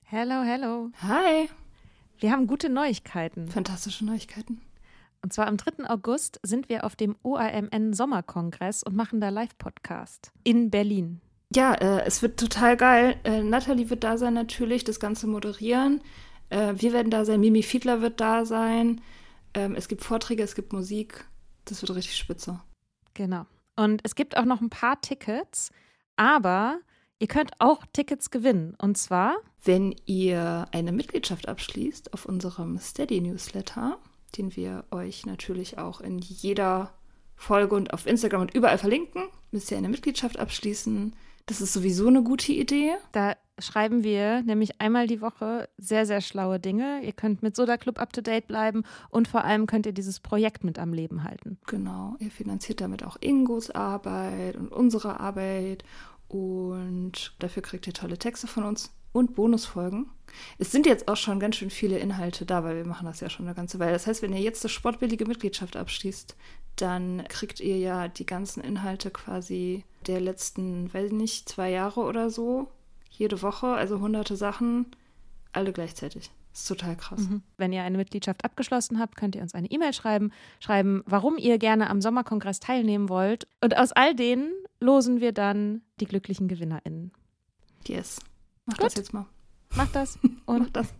Hello, hello. Hi. Wir haben gute Neuigkeiten. Fantastische Neuigkeiten. Und zwar am 3. August sind wir auf dem OAMN-Sommerkongress und machen da Live-Podcast in Berlin. Ja, es wird total geil. Nathalie wird da sein natürlich, das Ganze moderieren. Wir werden da sein, Mimi Fiedler wird da sein. Es gibt Vorträge, es gibt Musik. Das wird richtig spitze. Genau. Und es gibt auch noch ein paar Tickets, aber ihr könnt auch Tickets gewinnen. Und zwar, wenn ihr eine Mitgliedschaft abschließt auf unserem Steady-Newsletter, den wir euch natürlich auch in jeder Folge und auf Instagram und überall verlinken, müsst ihr eine Mitgliedschaft abschließen. Das ist sowieso eine gute Idee. Da schreiben wir nämlich einmal die Woche sehr, sehr schlaue Dinge. Ihr könnt mit Soda Club up-to-date bleiben und vor allem könnt ihr dieses Projekt mit am Leben halten. Genau, ihr finanziert damit auch Ingos Arbeit und unsere Arbeit und dafür kriegt ihr tolle Texte von uns und Bonusfolgen. Es sind jetzt auch schon ganz schön viele Inhalte da, weil wir machen das ja schon eine ganze Weile. Das heißt, wenn ihr jetzt eine sportbillige Mitgliedschaft abschließt, dann kriegt ihr ja die ganzen Inhalte quasi der letzten, weiß ich nicht, 2 Jahre oder so, jede Woche, also hunderte Sachen, alle gleichzeitig. Das ist total krass. Wenn ihr eine Mitgliedschaft abgeschlossen habt, könnt ihr uns eine E-Mail schreiben, warum ihr gerne am Sommerkongress teilnehmen wollt. Und aus all denen losen wir dann die glücklichen GewinnerInnen. Yes. Mach Gut. das jetzt mal. Mach das. Und Mach das.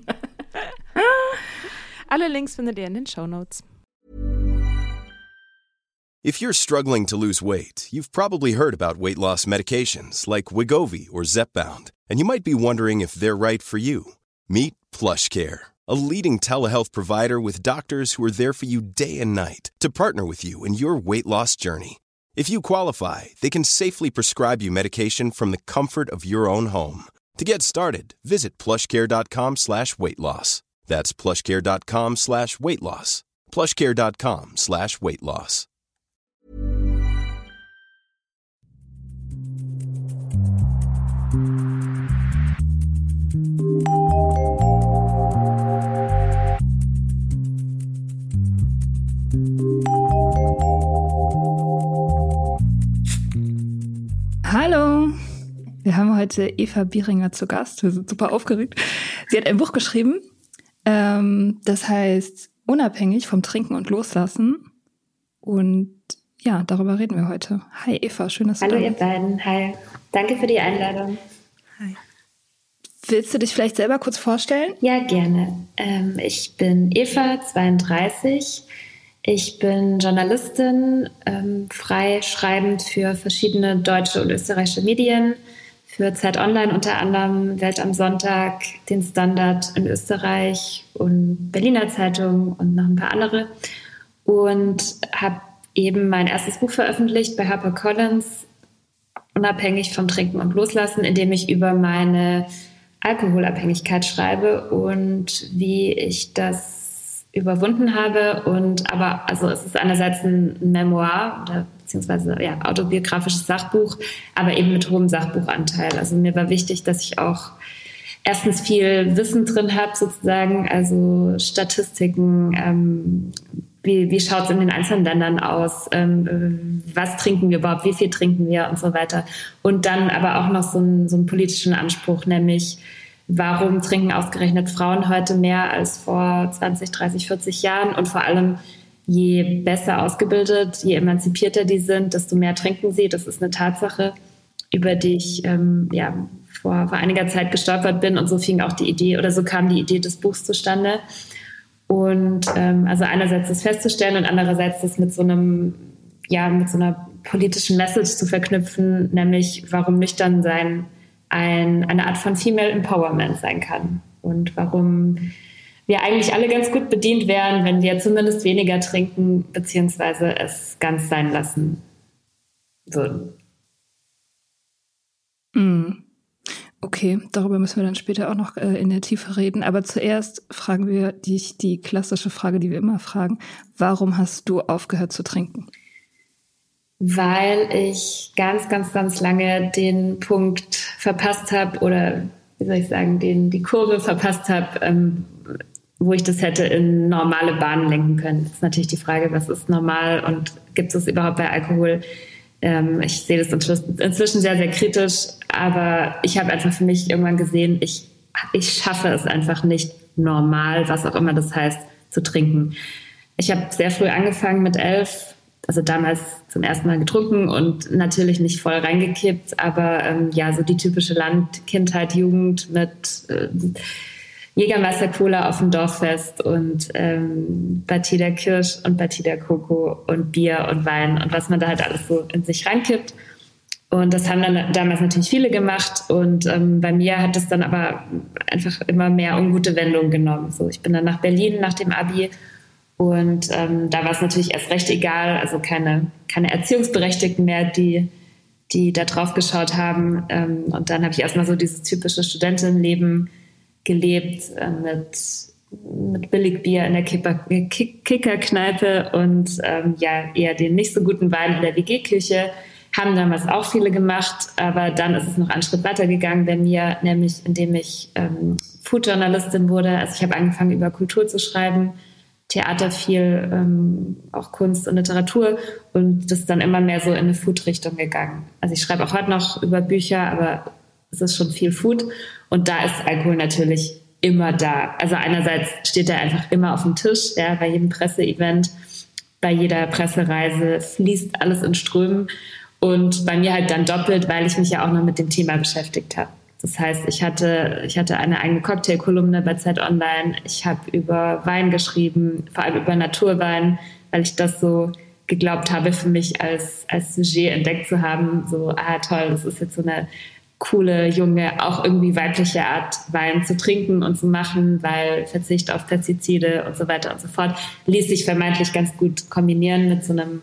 alle Links findet ihr in den Shownotes. If you're struggling to lose weight, you've probably heard about weight loss medications like Wegovy or Zepbound, and you might be wondering if they're right for you. Meet PlushCare, a leading telehealth provider with doctors who are there for you day and night to partner with you in your weight loss journey. If you qualify, they can safely prescribe you medication from the comfort of your own home. To get started, visit plushcare.com/weightloss. That's plushcare.com/weightloss. plushcare.com/weightloss. Hallo, wir haben heute Eva Bieringer zu Gast. Wir sind super aufgeregt. Sie hat ein Buch geschrieben, das heißt Unabhängig vom Trinken und Loslassen. Und ja, darüber reden wir heute. Hi Eva, schön, dass du da bist. Hallo ihr beiden, hi. Danke für die Einladung. Hi. Willst du dich vielleicht selber kurz vorstellen? Ja, gerne. Ich bin Eva, 32. Ich bin Journalistin, frei schreibend für verschiedene deutsche und österreichische Medien, für Zeit Online unter anderem, Welt am Sonntag, den Standard in Österreich und Berliner Zeitung und noch ein paar andere. Und habe eben mein erstes Buch veröffentlicht bei HarperCollins, Unabhängig vom Trinken und Loslassen, in dem ich über meine Alkoholabhängigkeit schreibe und wie ich das überwunden habe. Also es ist einerseits ein Memoir oder beziehungsweise autobiografisches Sachbuch, aber eben mit hohem Sachbuchanteil. Also mir war wichtig, dass ich auch erstens viel Wissen drin habe sozusagen, also Statistiken, wie schaut es in den einzelnen Ländern aus, was trinken wir überhaupt, wie viel trinken wir und so weiter. Und dann aber auch noch so einen politischen Anspruch, nämlich warum trinken ausgerechnet Frauen heute mehr als vor 20, 30, 40 Jahren und vor allem je besser ausgebildet, je emanzipierter die sind, desto mehr trinken sie. Das ist eine Tatsache, über die ich vor einiger Zeit gestolpert bin und so fing auch die Idee oder so kam die Idee des Buchs zustande. Und also einerseits das festzustellen und andererseits das mit so einer politischen Message zu verknüpfen, nämlich warum nüchtern sein eine Art von Female Empowerment sein kann und warum wir eigentlich alle ganz gut bedient wären, wenn wir zumindest weniger trinken beziehungsweise es ganz sein lassen würden. Okay, darüber müssen wir dann später auch noch in der Tiefe reden. Aber zuerst fragen wir dich die klassische Frage, die wir immer fragen. Warum hast du aufgehört zu trinken? Weil ich ganz, ganz, ganz lange den Punkt verpasst habe oder, wie soll ich sagen, die Kurve verpasst habe, wo ich das hätte in normale Bahnen lenken können. Das ist natürlich die Frage, was ist normal und gibt es überhaupt bei Alkohol? Ich sehe das inzwischen sehr, sehr kritisch, aber ich habe einfach für mich irgendwann gesehen, ich ich schaffe es einfach nicht normal, was auch immer das heißt, zu trinken. Ich habe sehr früh angefangen mit 11, also damals zum ersten Mal getrunken und natürlich nicht voll reingekippt, aber so die typische Kindheit, Jugend mit Jägermeister-Cola auf dem Dorffest und Batida Kirsch und Batida Coco und Bier und Wein und was man da halt alles so in sich reinkippt. Und das haben dann damals natürlich viele gemacht und bei mir hat es dann aber einfach immer mehr ungute Wendungen genommen. So, ich bin dann nach Berlin nach dem Abi und da war es natürlich erst recht egal, also keine Erziehungsberechtigten mehr, die da drauf geschaut haben. Und dann habe ich erstmal so dieses typische Studentinnenleben gelebt mit Billigbier in der Kickerkneipe und eher den nicht so guten Wein in der WG-Küche. Haben damals auch viele gemacht, aber dann ist es noch einen Schritt weiter gegangen bei mir, nämlich indem ich Foodjournalistin wurde. Also ich habe angefangen, über Kultur zu schreiben, Theater viel, auch Kunst und Literatur und das ist dann immer mehr so in eine Food-Richtung gegangen. Also ich schreibe auch heute noch über Bücher, aber es ist schon viel Food und da ist Alkohol natürlich immer da. Also einerseits steht er einfach immer auf dem Tisch, ja, bei jedem Presseevent, bei jeder Pressereise fließt alles in Strömen. Und bei mir halt dann doppelt, weil ich mich ja auch noch mit dem Thema beschäftigt habe. Das heißt, ich hatte eine eigene Cocktailkolumne bei Zeit Online. Ich habe über Wein geschrieben, vor allem über Naturwein, weil ich das so geglaubt habe, für mich als Sujet entdeckt zu haben. So, toll, das ist jetzt so eine coole, junge, auch irgendwie weibliche Art, Wein zu trinken und zu machen, weil Verzicht auf Pestizide und so weiter und so fort ließ sich vermeintlich ganz gut kombinieren mit so einem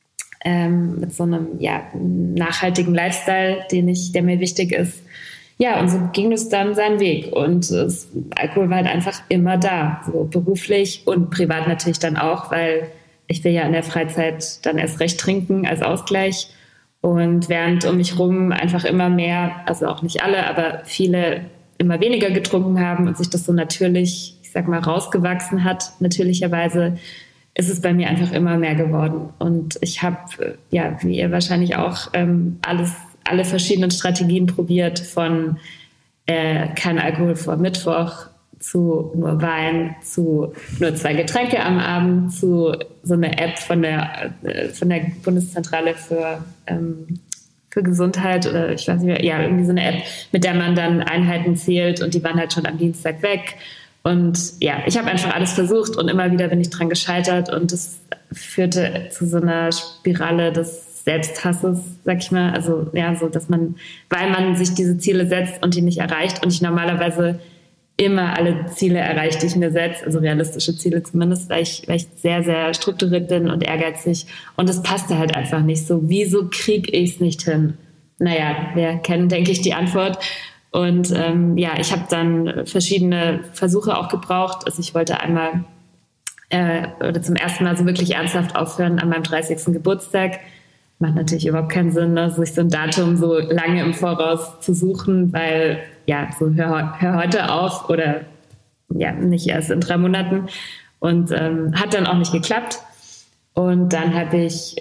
nachhaltigen Lifestyle, der mir wichtig ist. Ja, und so ging es dann seinen Weg. Und Alkohol war halt einfach immer da, so beruflich und privat natürlich dann auch, weil ich will ja in der Freizeit dann erst recht trinken als Ausgleich. Und während um mich rum einfach immer mehr, also auch nicht alle, aber viele immer weniger getrunken haben und sich das so natürlich, ich sag mal, rausgewachsen hat, natürlicherweise, ist es bei mir einfach immer mehr geworden. Und ich habe, wie ihr wahrscheinlich auch, alle verschiedenen Strategien probiert, von kein Alkohol vor Mittwoch zu nur Wein, zu nur 2 Getränke am Abend, zu so einer App von der Bundeszentrale für Gesundheit oder ich weiß nicht mehr, irgendwie so eine App, mit der man dann Einheiten zählt und die waren halt schon am Dienstag weg. Und ja, ich habe einfach alles versucht und immer wieder bin ich dran gescheitert und das führte zu so einer Spirale des Selbsthasses, sag ich mal. Also ja, so dass weil man sich diese Ziele setzt und die nicht erreicht und ich normalerweise immer alle Ziele erreiche, die ich mir setze, also realistische Ziele zumindest, weil ich sehr, sehr strukturiert bin und ehrgeizig und es passte halt einfach nicht so. Wieso kriege ich es nicht hin? Naja, wir kennen, denke ich, die Antwort. Und ich habe dann verschiedene Versuche auch gebraucht. Also ich wollte einmal oder zum ersten Mal so wirklich ernsthaft aufhören an meinem 30. Geburtstag. Macht natürlich überhaupt keinen Sinn, ne, sich so ein Datum so lange im Voraus zu suchen, weil so hör heute auf oder nicht erst in 3 Monaten. Und hat dann auch nicht geklappt. Und dann habe ich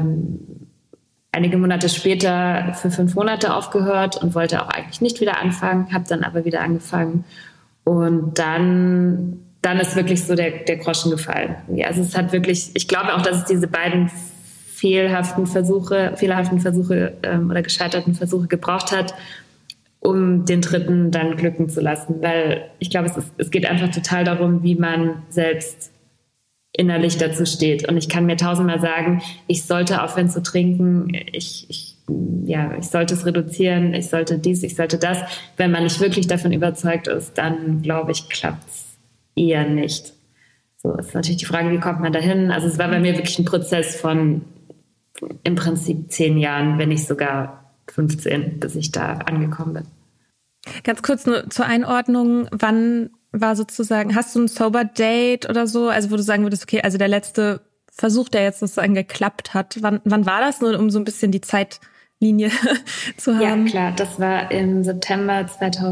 einige Monate später für 5 Monate aufgehört und wollte auch eigentlich nicht wieder anfangen, habe dann aber wieder angefangen. Und dann ist wirklich so der Groschen gefallen. Ja, also es hat wirklich, ich glaube auch, dass es diese beiden fehlerhaften Versuche oder gescheiterten Versuche gebraucht hat, um den dritten dann glücken zu lassen. Weil ich glaube, es geht einfach total darum, wie man selbst innerlich dazu steht. Und ich kann mir 1000-mal sagen, ich sollte aufhören zu trinken, ich sollte es reduzieren, ich sollte dies, ich sollte das. Wenn man nicht wirklich davon überzeugt ist, dann glaube ich, klappt es eher nicht. So ist natürlich die Frage, wie kommt man dahin? Also es war bei mir wirklich ein Prozess von im Prinzip 10 Jahren, wenn nicht sogar 15, bis ich da angekommen bin. Ganz kurz nur zur Einordnung, wann war sozusagen, hast du ein Sober-Date oder so, also wo du sagen würdest, okay, also der letzte Versuch, der jetzt sozusagen geklappt hat, wann war das, nur um so ein bisschen die Zeitlinie zu haben? Ja, klar, das war im September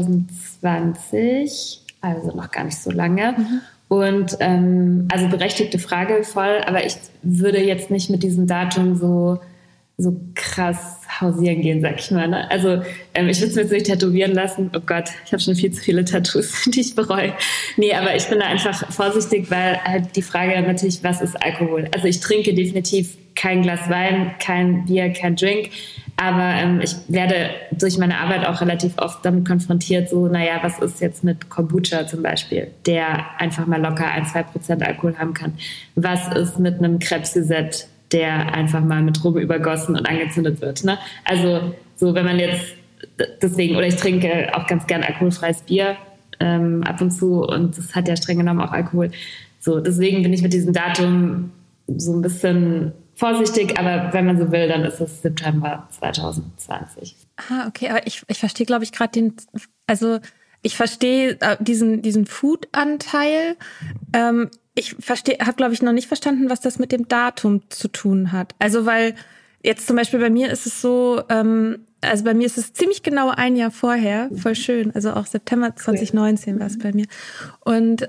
2020, also noch gar nicht so lange. Mhm. Und also berechtigte Frage voll, aber ich würde jetzt nicht mit diesem Datum so so krass hausieren gehen, sag ich mal. Ne? Also ich würde es mir jetzt nicht tätowieren lassen. Oh Gott, ich habe schon viel zu viele Tattoos, die ich bereue. Nee, aber ich bin da einfach vorsichtig, weil halt die Frage natürlich, was ist Alkohol? Also ich trinke definitiv kein Glas Wein, kein Bier, kein Drink. Aber ich werde durch meine Arbeit auch relativ oft damit konfrontiert, so, naja, was ist jetzt mit Kombucha zum Beispiel, der einfach mal locker 1-2% Alkohol haben kann? Was ist mit einem Krebs-Suzette, der einfach mal mit Rum übergossen und angezündet wird? Ne? Also so, wenn man jetzt deswegen, oder ich trinke auch ganz gern alkoholfreies Bier ab und zu und das hat ja streng genommen auch Alkohol. So, deswegen bin ich mit diesem Datum so ein bisschen vorsichtig, aber wenn man so will, dann ist es September 2020. Ah, okay, aber ich verstehe, glaube ich, gerade ich verstehe diesen Food-Anteil. Ich habe, glaube ich, noch nicht verstanden, was das mit dem Datum zu tun hat. Also, weil jetzt zum Beispiel bei mir ist es so, also bei mir ist es ziemlich genau ein Jahr vorher, voll schön, also auch September 2019 war es bei mir. Und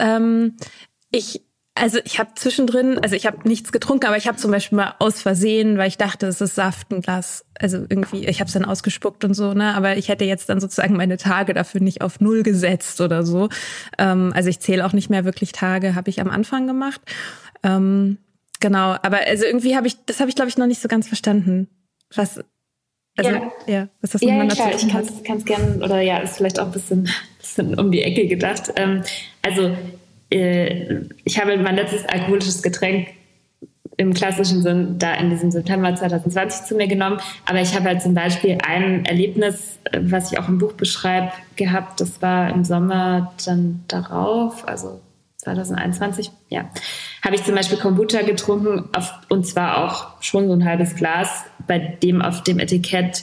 ich habe zwischendrin, also ich habe nichts getrunken, aber ich habe zum Beispiel mal aus Versehen, weil ich dachte, es ist Saft, ein Glas, also irgendwie, ich habe es dann ausgespuckt und so, ne, aber ich hätte jetzt dann sozusagen meine Tage dafür nicht auf 0 gesetzt oder so. Also ich zähle auch nicht mehr wirklich Tage, habe ich am Anfang gemacht. Genau, aber also irgendwie habe ich glaube ich, noch nicht so ganz verstanden, was, also, ja was das miteinander klar, zu tun hat. Ich kann es gerne, oder ja, ist vielleicht auch ein bisschen um die Ecke gedacht. Ich habe mein letztes alkoholisches Getränk im klassischen Sinn da in diesem September 2020 zu mir genommen. Aber ich habe halt zum Beispiel ein Erlebnis, was ich auch im Buch beschreibe, gehabt. Das war im Sommer dann darauf, also 2021, ja, habe ich zum Beispiel Kombucha getrunken und zwar auch schon so ein halbes Glas, bei dem auf dem Etikett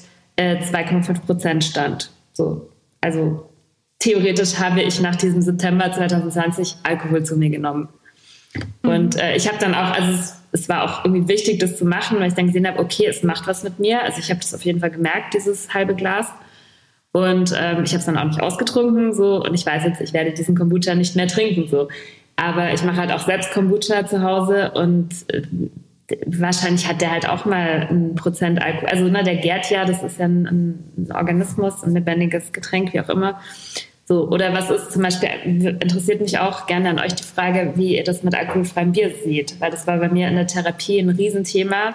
2,5% stand. So, also theoretisch habe ich nach diesem September 2020 Alkohol zu mir genommen. Und ich habe dann auch, also es war auch irgendwie wichtig, das zu machen, weil ich dann gesehen habe, okay, es macht was mit mir. Also ich habe das auf jeden Fall gemerkt, dieses halbe Glas. Und ich habe es dann auch nicht ausgetrunken. So, und ich weiß jetzt, ich werde diesen Kombucha nicht mehr trinken. So. Aber ich mache halt auch selbst Kombucha zu Hause und wahrscheinlich hat der halt auch mal 1% Alkohol. Also der gärt ja, das ist ja ein Organismus, ein lebendiges Getränk, wie auch immer. So, oder was ist zum Beispiel, interessiert mich auch gerne an euch die Frage, wie ihr das mit alkoholfreiem Bier seht, weil das war bei mir in der Therapie ein Riesenthema.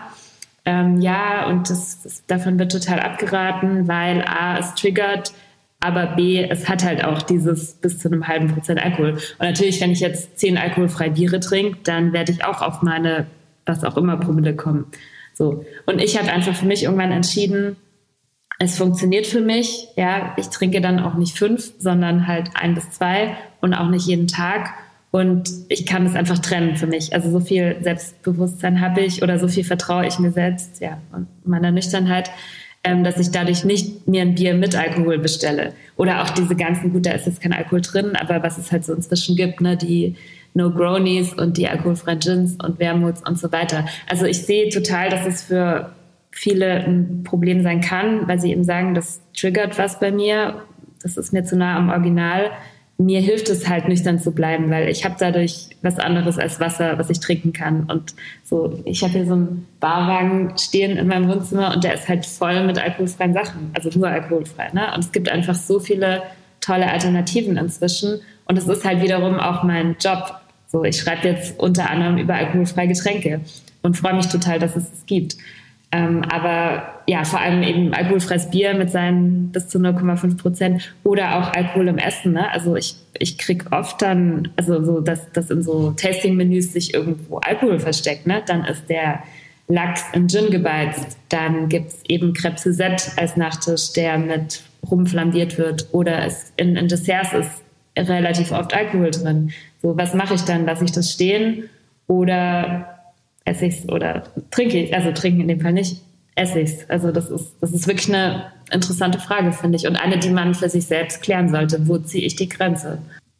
Und davon wird total abgeraten, weil A, es triggert, aber B, es hat halt auch dieses bis zu einem halben Prozent Alkohol. Und natürlich, wenn ich jetzt 10 alkoholfreie Biere trinke, dann werde ich auch auf meine, was auch immer, Promille kommen. So. Und ich habe einfach für mich irgendwann entschieden, es funktioniert für mich, ja, ich trinke dann auch nicht 5, sondern halt 1 bis 2 und auch nicht jeden Tag und ich kann es einfach trennen für mich. Also so viel Selbstbewusstsein habe ich oder so viel vertraue ich mir selbst, ja, und meiner Nüchternheit, dass ich dadurch nicht mir ein Bier mit Alkohol bestelle. Oder auch diese ganzen, gut, da ist jetzt kein Alkohol drin, aber was es halt so inzwischen gibt, ne, die No-Gronies und die alkoholfreien Gins und Wermuts und so weiter. Also ich sehe total, dass es für viele ein Problem sein kann, weil sie eben sagen, das triggert was bei mir, das ist mir zu nah am Original. Mir hilft es halt, nüchtern zu bleiben, weil ich habe dadurch was anderes als Wasser, was ich trinken kann. Und so, ich habe hier so einen Barwagen stehen in meinem Wohnzimmer und der ist halt voll mit alkoholfreien Sachen, also nur alkoholfrei. Ne? Und es gibt einfach so viele tolle Alternativen inzwischen. Und es ist halt wiederum auch mein Job. So, ich schreibe jetzt unter anderem über alkoholfreie Getränke und freue mich total, dass es es gibt. Aber ja, vor allem eben alkoholfreies Bier mit seinen bis zu 0,5% oder auch Alkohol im Essen. Ne? Also ich kriege oft dann, also so, dass in so Tasting-Menüs sich irgendwo Alkohol versteckt. Ne? Dann ist der Lachs in Gin gebeizt. Dann gibt es eben Crêpe Suzette als Nachtisch, der mit Rum flambiert wird. Oder in Desserts ist relativ oft Alkohol drin. So, was mache ich dann? Lasse ich das stehen oder esse ich's oder trinke ich? Also trinken in dem Fall nicht, esse ich's. Also das ist wirklich eine interessante Frage, finde ich. Und eine, die man für sich selbst klären sollte. Wo ziehe ich die Grenze?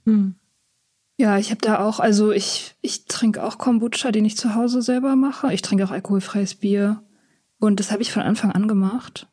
Ja, ich habe da auch, also ich trinke auch Kombucha, den ich zu Hause selber mache. Ich trinke auch alkoholfreies Bier. Und das habe ich von Anfang an gemacht.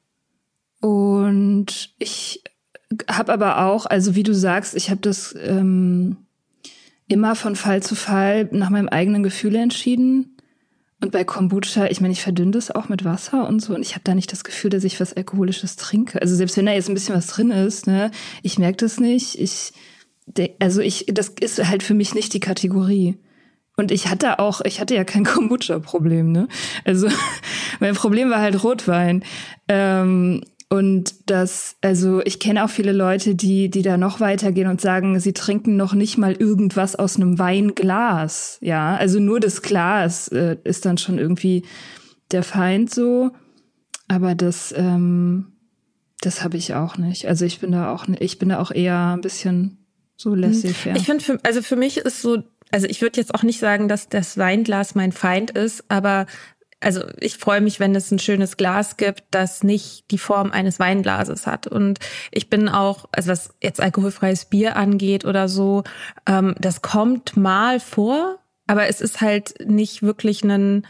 Und ich habe aber auch, also wie du sagst, ich habe das immer von Fall zu Fall nach meinem eigenen Gefühl entschieden. Und bei Kombucha, ich meine, ich verdünne das auch mit Wasser und so und ich habe da nicht das Gefühl, dass ich was Alkoholisches trinke. Also selbst wenn da jetzt ein bisschen was drin ist, ne, ich merke das nicht. Das ist halt für mich nicht die Kategorie. Und ich hatte ja kein Kombucha-Problem, ne? Also mein Problem war halt Rotwein. Und ich kenne auch viele Leute, die da noch weitergehen und sagen, sie trinken noch nicht mal irgendwas aus einem Weinglas. Ja, also nur das Glas ist dann schon irgendwie der Feind so. Aber das habe ich auch nicht. Also ich bin da auch eher ein bisschen so laissez-faire. Ich finde, für mich ist so, also ich würde jetzt auch nicht sagen, dass das Weinglas mein Feind ist, aber also ich freue mich, wenn es ein schönes Glas gibt, das nicht die Form eines Weinglases hat. Und ich bin auch, also was jetzt alkoholfreies Bier angeht oder so, das kommt mal vor, aber es ist halt nicht wirklich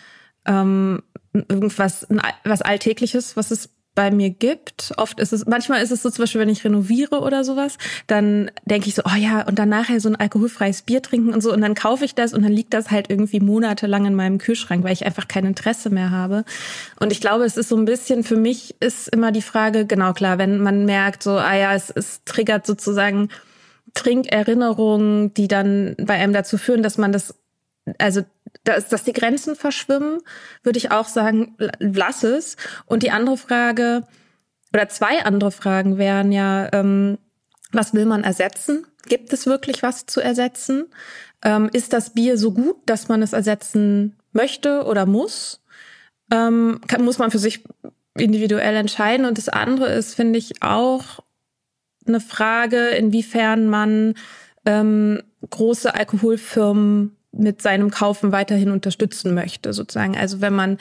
was Alltägliches, was es bei mir gibt. Manchmal ist es so, zum Beispiel, wenn ich renoviere oder sowas, dann denke ich so, oh ja, und dann nachher so ein alkoholfreies Bier trinken und so, und dann kaufe ich das und dann liegt das halt irgendwie monatelang in meinem Kühlschrank, weil ich einfach kein Interesse mehr habe. Und ich glaube, es ist so ein bisschen, für mich ist immer die Frage, genau klar, wenn man merkt, so, es triggert sozusagen Trinkerinnerungen, die dann bei einem dazu führen, dass man dass die Grenzen verschwimmen, würde ich auch sagen, lass es. Und die andere Frage, oder zwei andere Fragen wären ja, was will man ersetzen? Gibt es wirklich was zu ersetzen? Ist das Bier so gut, dass man es ersetzen möchte oder muss? Muss man für sich individuell entscheiden. Und das andere ist, finde ich, auch eine Frage, inwiefern man große Alkoholfirmen mit seinem Kaufen weiterhin unterstützen möchte, sozusagen. Also wenn man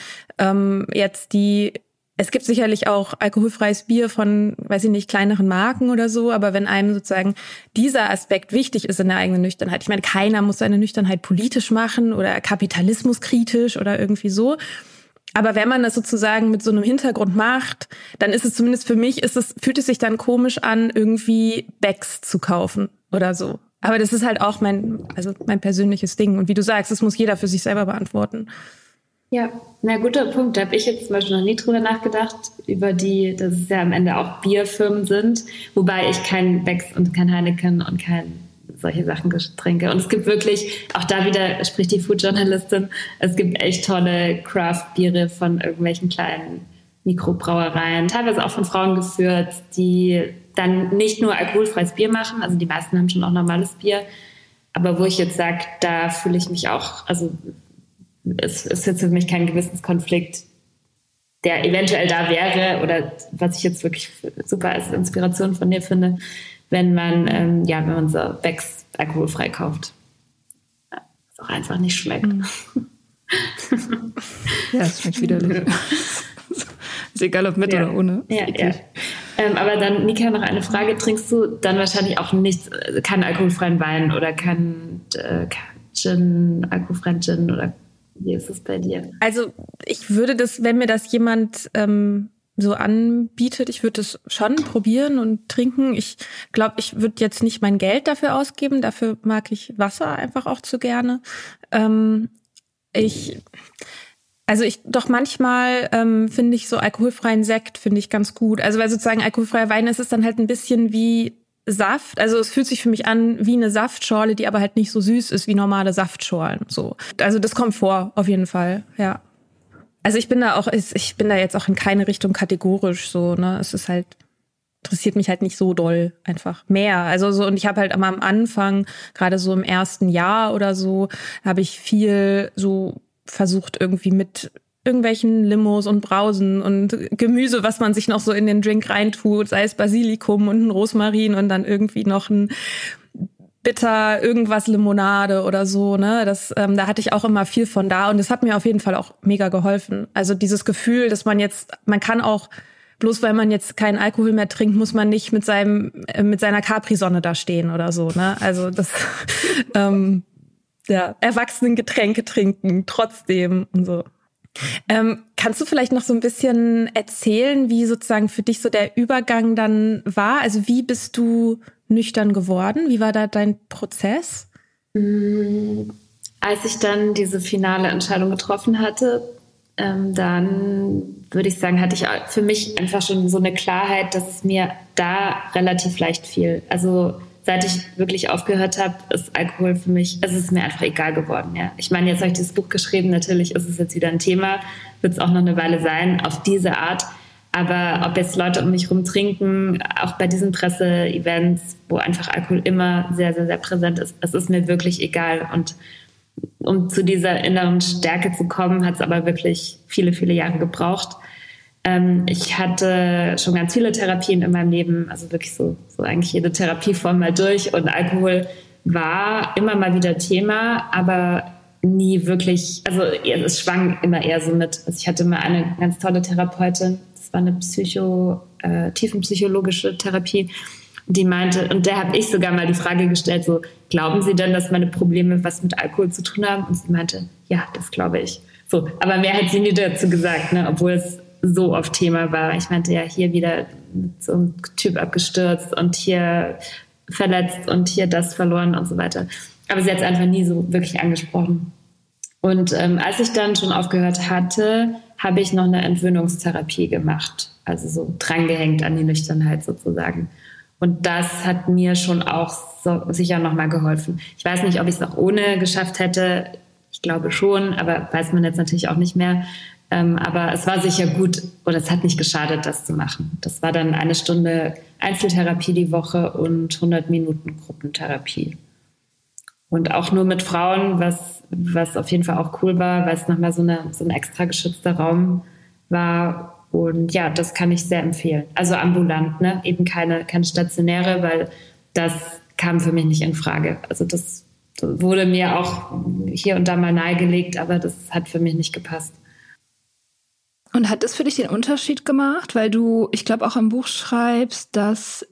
es gibt sicherlich auch alkoholfreies Bier von, weiß ich nicht, kleineren Marken oder so, aber wenn einem sozusagen dieser Aspekt wichtig ist in der eigenen Nüchternheit, ich meine, keiner muss seine Nüchternheit politisch machen oder kapitalismuskritisch oder irgendwie so, aber wenn man das sozusagen mit so einem Hintergrund macht, dann ist es zumindest für mich, fühlt es sich dann komisch an, irgendwie Becks zu kaufen oder so. Aber das ist halt auch mein persönliches Ding. Und wie du sagst, das muss jeder für sich selber beantworten. Ja, na, guter Punkt. Da habe ich jetzt zum Beispiel noch nie drüber nachgedacht, dass es ja am Ende auch Bierfirmen sind, wobei ich kein Becks und kein Heineken und kein solche Sachen trinke. Und es gibt wirklich, auch da wieder spricht die Food-Journalistin, es gibt echt tolle Craft-Biere von irgendwelchen kleinen Mikrobrauereien, teilweise auch von Frauen geführt, die dann nicht nur alkoholfreies Bier machen, also die meisten haben schon auch normales Bier, aber wo ich jetzt sage, da fühle ich mich auch, also es ist jetzt für mich kein Gewissenskonflikt, der eventuell da wäre oder was ich jetzt wirklich super als Inspiration von dir finde, wenn man so Becks alkoholfrei kauft. Ja, was auch einfach nicht schmeckt. Ja, es schmeckt widerlich. Ist egal, ob mit oder ohne. Ja. Aber dann, Nika, noch eine Frage. Trinkst du dann wahrscheinlich auch keinen alkoholfreien Wein oder keinen Gin, alkoholfreien Gin oder wie ist es bei dir? Also ich würde wenn mir das jemand so anbietet, ich würde es schon probieren und trinken. Ich glaube, ich würde jetzt nicht mein Geld dafür ausgeben. Dafür mag ich Wasser einfach auch zu gerne. Doch manchmal finde ich so alkoholfreien Sekt finde ich ganz gut. Also weil sozusagen alkoholfreier Wein ist es dann halt ein bisschen wie Saft. Also es fühlt sich für mich an wie eine Saftschorle, die aber halt nicht so süß ist wie normale Saftschorlen. So. Also das kommt vor, auf jeden Fall, ja. Also ich bin da jetzt auch in keine Richtung kategorisch so, ne. Es ist halt, interessiert mich halt nicht so doll einfach mehr. Also so, und ich habe halt am Anfang, gerade so im ersten Jahr oder so, habe ich viel so versucht irgendwie mit irgendwelchen Limos und Brausen und Gemüse, was man sich noch so in den Drink reintut, sei es Basilikum und ein Rosmarin und dann irgendwie noch ein bitter irgendwas Limonade oder so, ne? Da hatte ich auch immer viel von da und das hat mir auf jeden Fall auch mega geholfen. Also dieses Gefühl, dass man kann auch, bloß weil man jetzt keinen Alkohol mehr trinkt, muss man nicht mit seiner Capri-Sonne da stehen oder so, ne? Also das Erwachsenengetränke trinken trotzdem und so. Kannst du vielleicht noch so ein bisschen erzählen, wie sozusagen für dich so der Übergang dann war? Also wie bist du nüchtern geworden? Wie war da dein Prozess? Als ich dann diese finale Entscheidung getroffen hatte, dann würde ich sagen, hatte ich für mich einfach schon so eine Klarheit, dass es mir da relativ leicht fiel. Also seit ich wirklich aufgehört habe, ist Alkohol für mich, es ist mir einfach egal geworden. Ja. Ich meine, jetzt habe ich dieses Buch geschrieben, natürlich ist es jetzt wieder ein Thema, wird es auch noch eine Weile sein, auf diese Art. Aber ob jetzt Leute um mich rum trinken, auch bei diesen Presseevents, wo einfach Alkohol immer sehr, sehr, sehr präsent ist, es ist mir wirklich egal. Und um zu dieser inneren Stärke zu kommen, hat es aber wirklich viele, viele Jahre gebraucht. Ich hatte schon ganz viele Therapien in meinem Leben, also wirklich so eigentlich jede Therapieform mal durch. Und Alkohol war immer mal wieder Thema, aber nie wirklich, also es schwang immer eher so mit. Also ich hatte mal eine ganz tolle Therapeutin, das war eine tiefenpsychologische Therapie, die meinte, und der habe ich sogar mal die Frage gestellt, so, glauben Sie denn, dass meine Probleme was mit Alkohol zu tun haben? Und sie meinte, ja, das glaube ich. So, aber mehr hat sie nie dazu gesagt, ne, obwohl es so oft Thema war. Ich meinte, ja, hier wieder mit so einem Typ abgestürzt und hier verletzt und hier das verloren und so weiter. Aber sie hat es einfach nie so wirklich angesprochen. Und als ich dann schon aufgehört hatte, habe ich noch eine Entwöhnungstherapie gemacht. Also so drangehängt an die Nüchternheit sozusagen. Und das hat mir schon auch so sicher nochmal geholfen. Ich weiß nicht, ob ich es auch ohne geschafft hätte. Ich glaube schon, aber weiß man jetzt natürlich auch nicht mehr. Aber es war sicher gut oder es hat nicht geschadet, das zu machen. Das war dann 1 Stunde Einzeltherapie die Woche und 100 Minuten Gruppentherapie. Und auch nur mit Frauen, was auf jeden Fall auch cool war, weil es nochmal so ein extra geschützter Raum war. Und ja, das kann ich sehr empfehlen. Also ambulant, ne? Eben keine stationäre, weil das kam für mich nicht in Frage. Also das wurde mir auch hier und da mal nahegelegt, aber das hat für mich nicht gepasst. Und hat das für dich den Unterschied gemacht? Weil du, ich glaube, auch im Buch schreibst, dass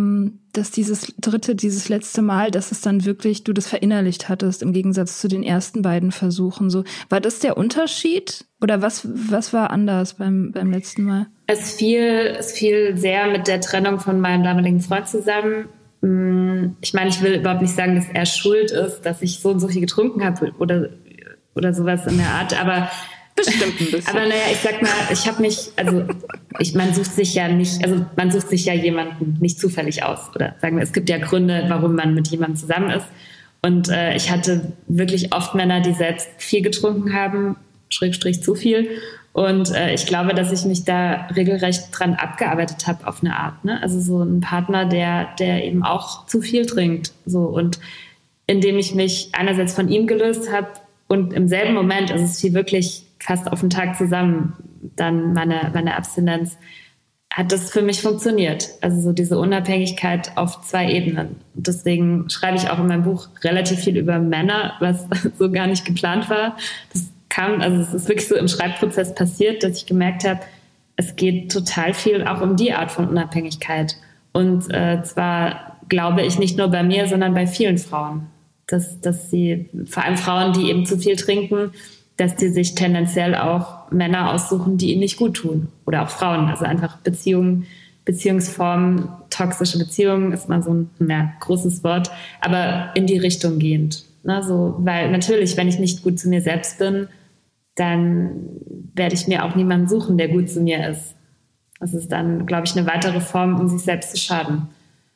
dieses letzte Mal, dass es dann wirklich, du das verinnerlicht hattest, im Gegensatz zu den ersten beiden Versuchen. So, war das der Unterschied? Oder was war anders beim letzten Mal? Es fiel sehr mit der Trennung von meinem damaligen Freund zusammen. Ich meine, ich will überhaupt nicht sagen, dass er schuld ist, dass ich so und so viel getrunken habe oder sowas in der Art, aber bestimmt ein bisschen. Aber naja, ich sag mal, ich habe mich, man sucht sich ja jemanden nicht zufällig aus. Oder sagen wir, es gibt ja Gründe, warum man mit jemandem zusammen ist. Und ich hatte wirklich oft Männer, die selbst viel getrunken haben, / zu viel. Und ich glaube, dass ich mich da regelrecht dran abgearbeitet habe auf eine Art. Ne? Also so ein Partner, der eben auch zu viel trinkt. So. Und indem ich mich einerseits von ihm gelöst habe und im selben Moment, also es fiel wirklich fast auf den Tag zusammen, dann meine Abstinenz, hat das für mich funktioniert. Also so diese Unabhängigkeit auf 2 Ebenen. Und deswegen schreibe ich auch in meinem Buch relativ viel über Männer, was so gar nicht geplant war. Es ist wirklich so im Schreibprozess passiert, dass ich gemerkt habe, es geht total viel auch um die Art von Unabhängigkeit. Und zwar glaube ich nicht nur bei mir, sondern bei vielen Frauen. Dass sie, vor allem Frauen, die eben zu viel trinken, dass die sich tendenziell auch Männer aussuchen, die ihnen nicht gut tun. Oder auch Frauen. Also einfach Beziehungsformen, toxische Beziehungen ist mal so ein großes Wort, aber in die Richtung gehend. Ne? So, weil natürlich, wenn ich nicht gut zu mir selbst bin, dann werde ich mir auch niemanden suchen, der gut zu mir ist. Das ist dann, glaube ich, eine weitere Form, um sich selbst zu schaden.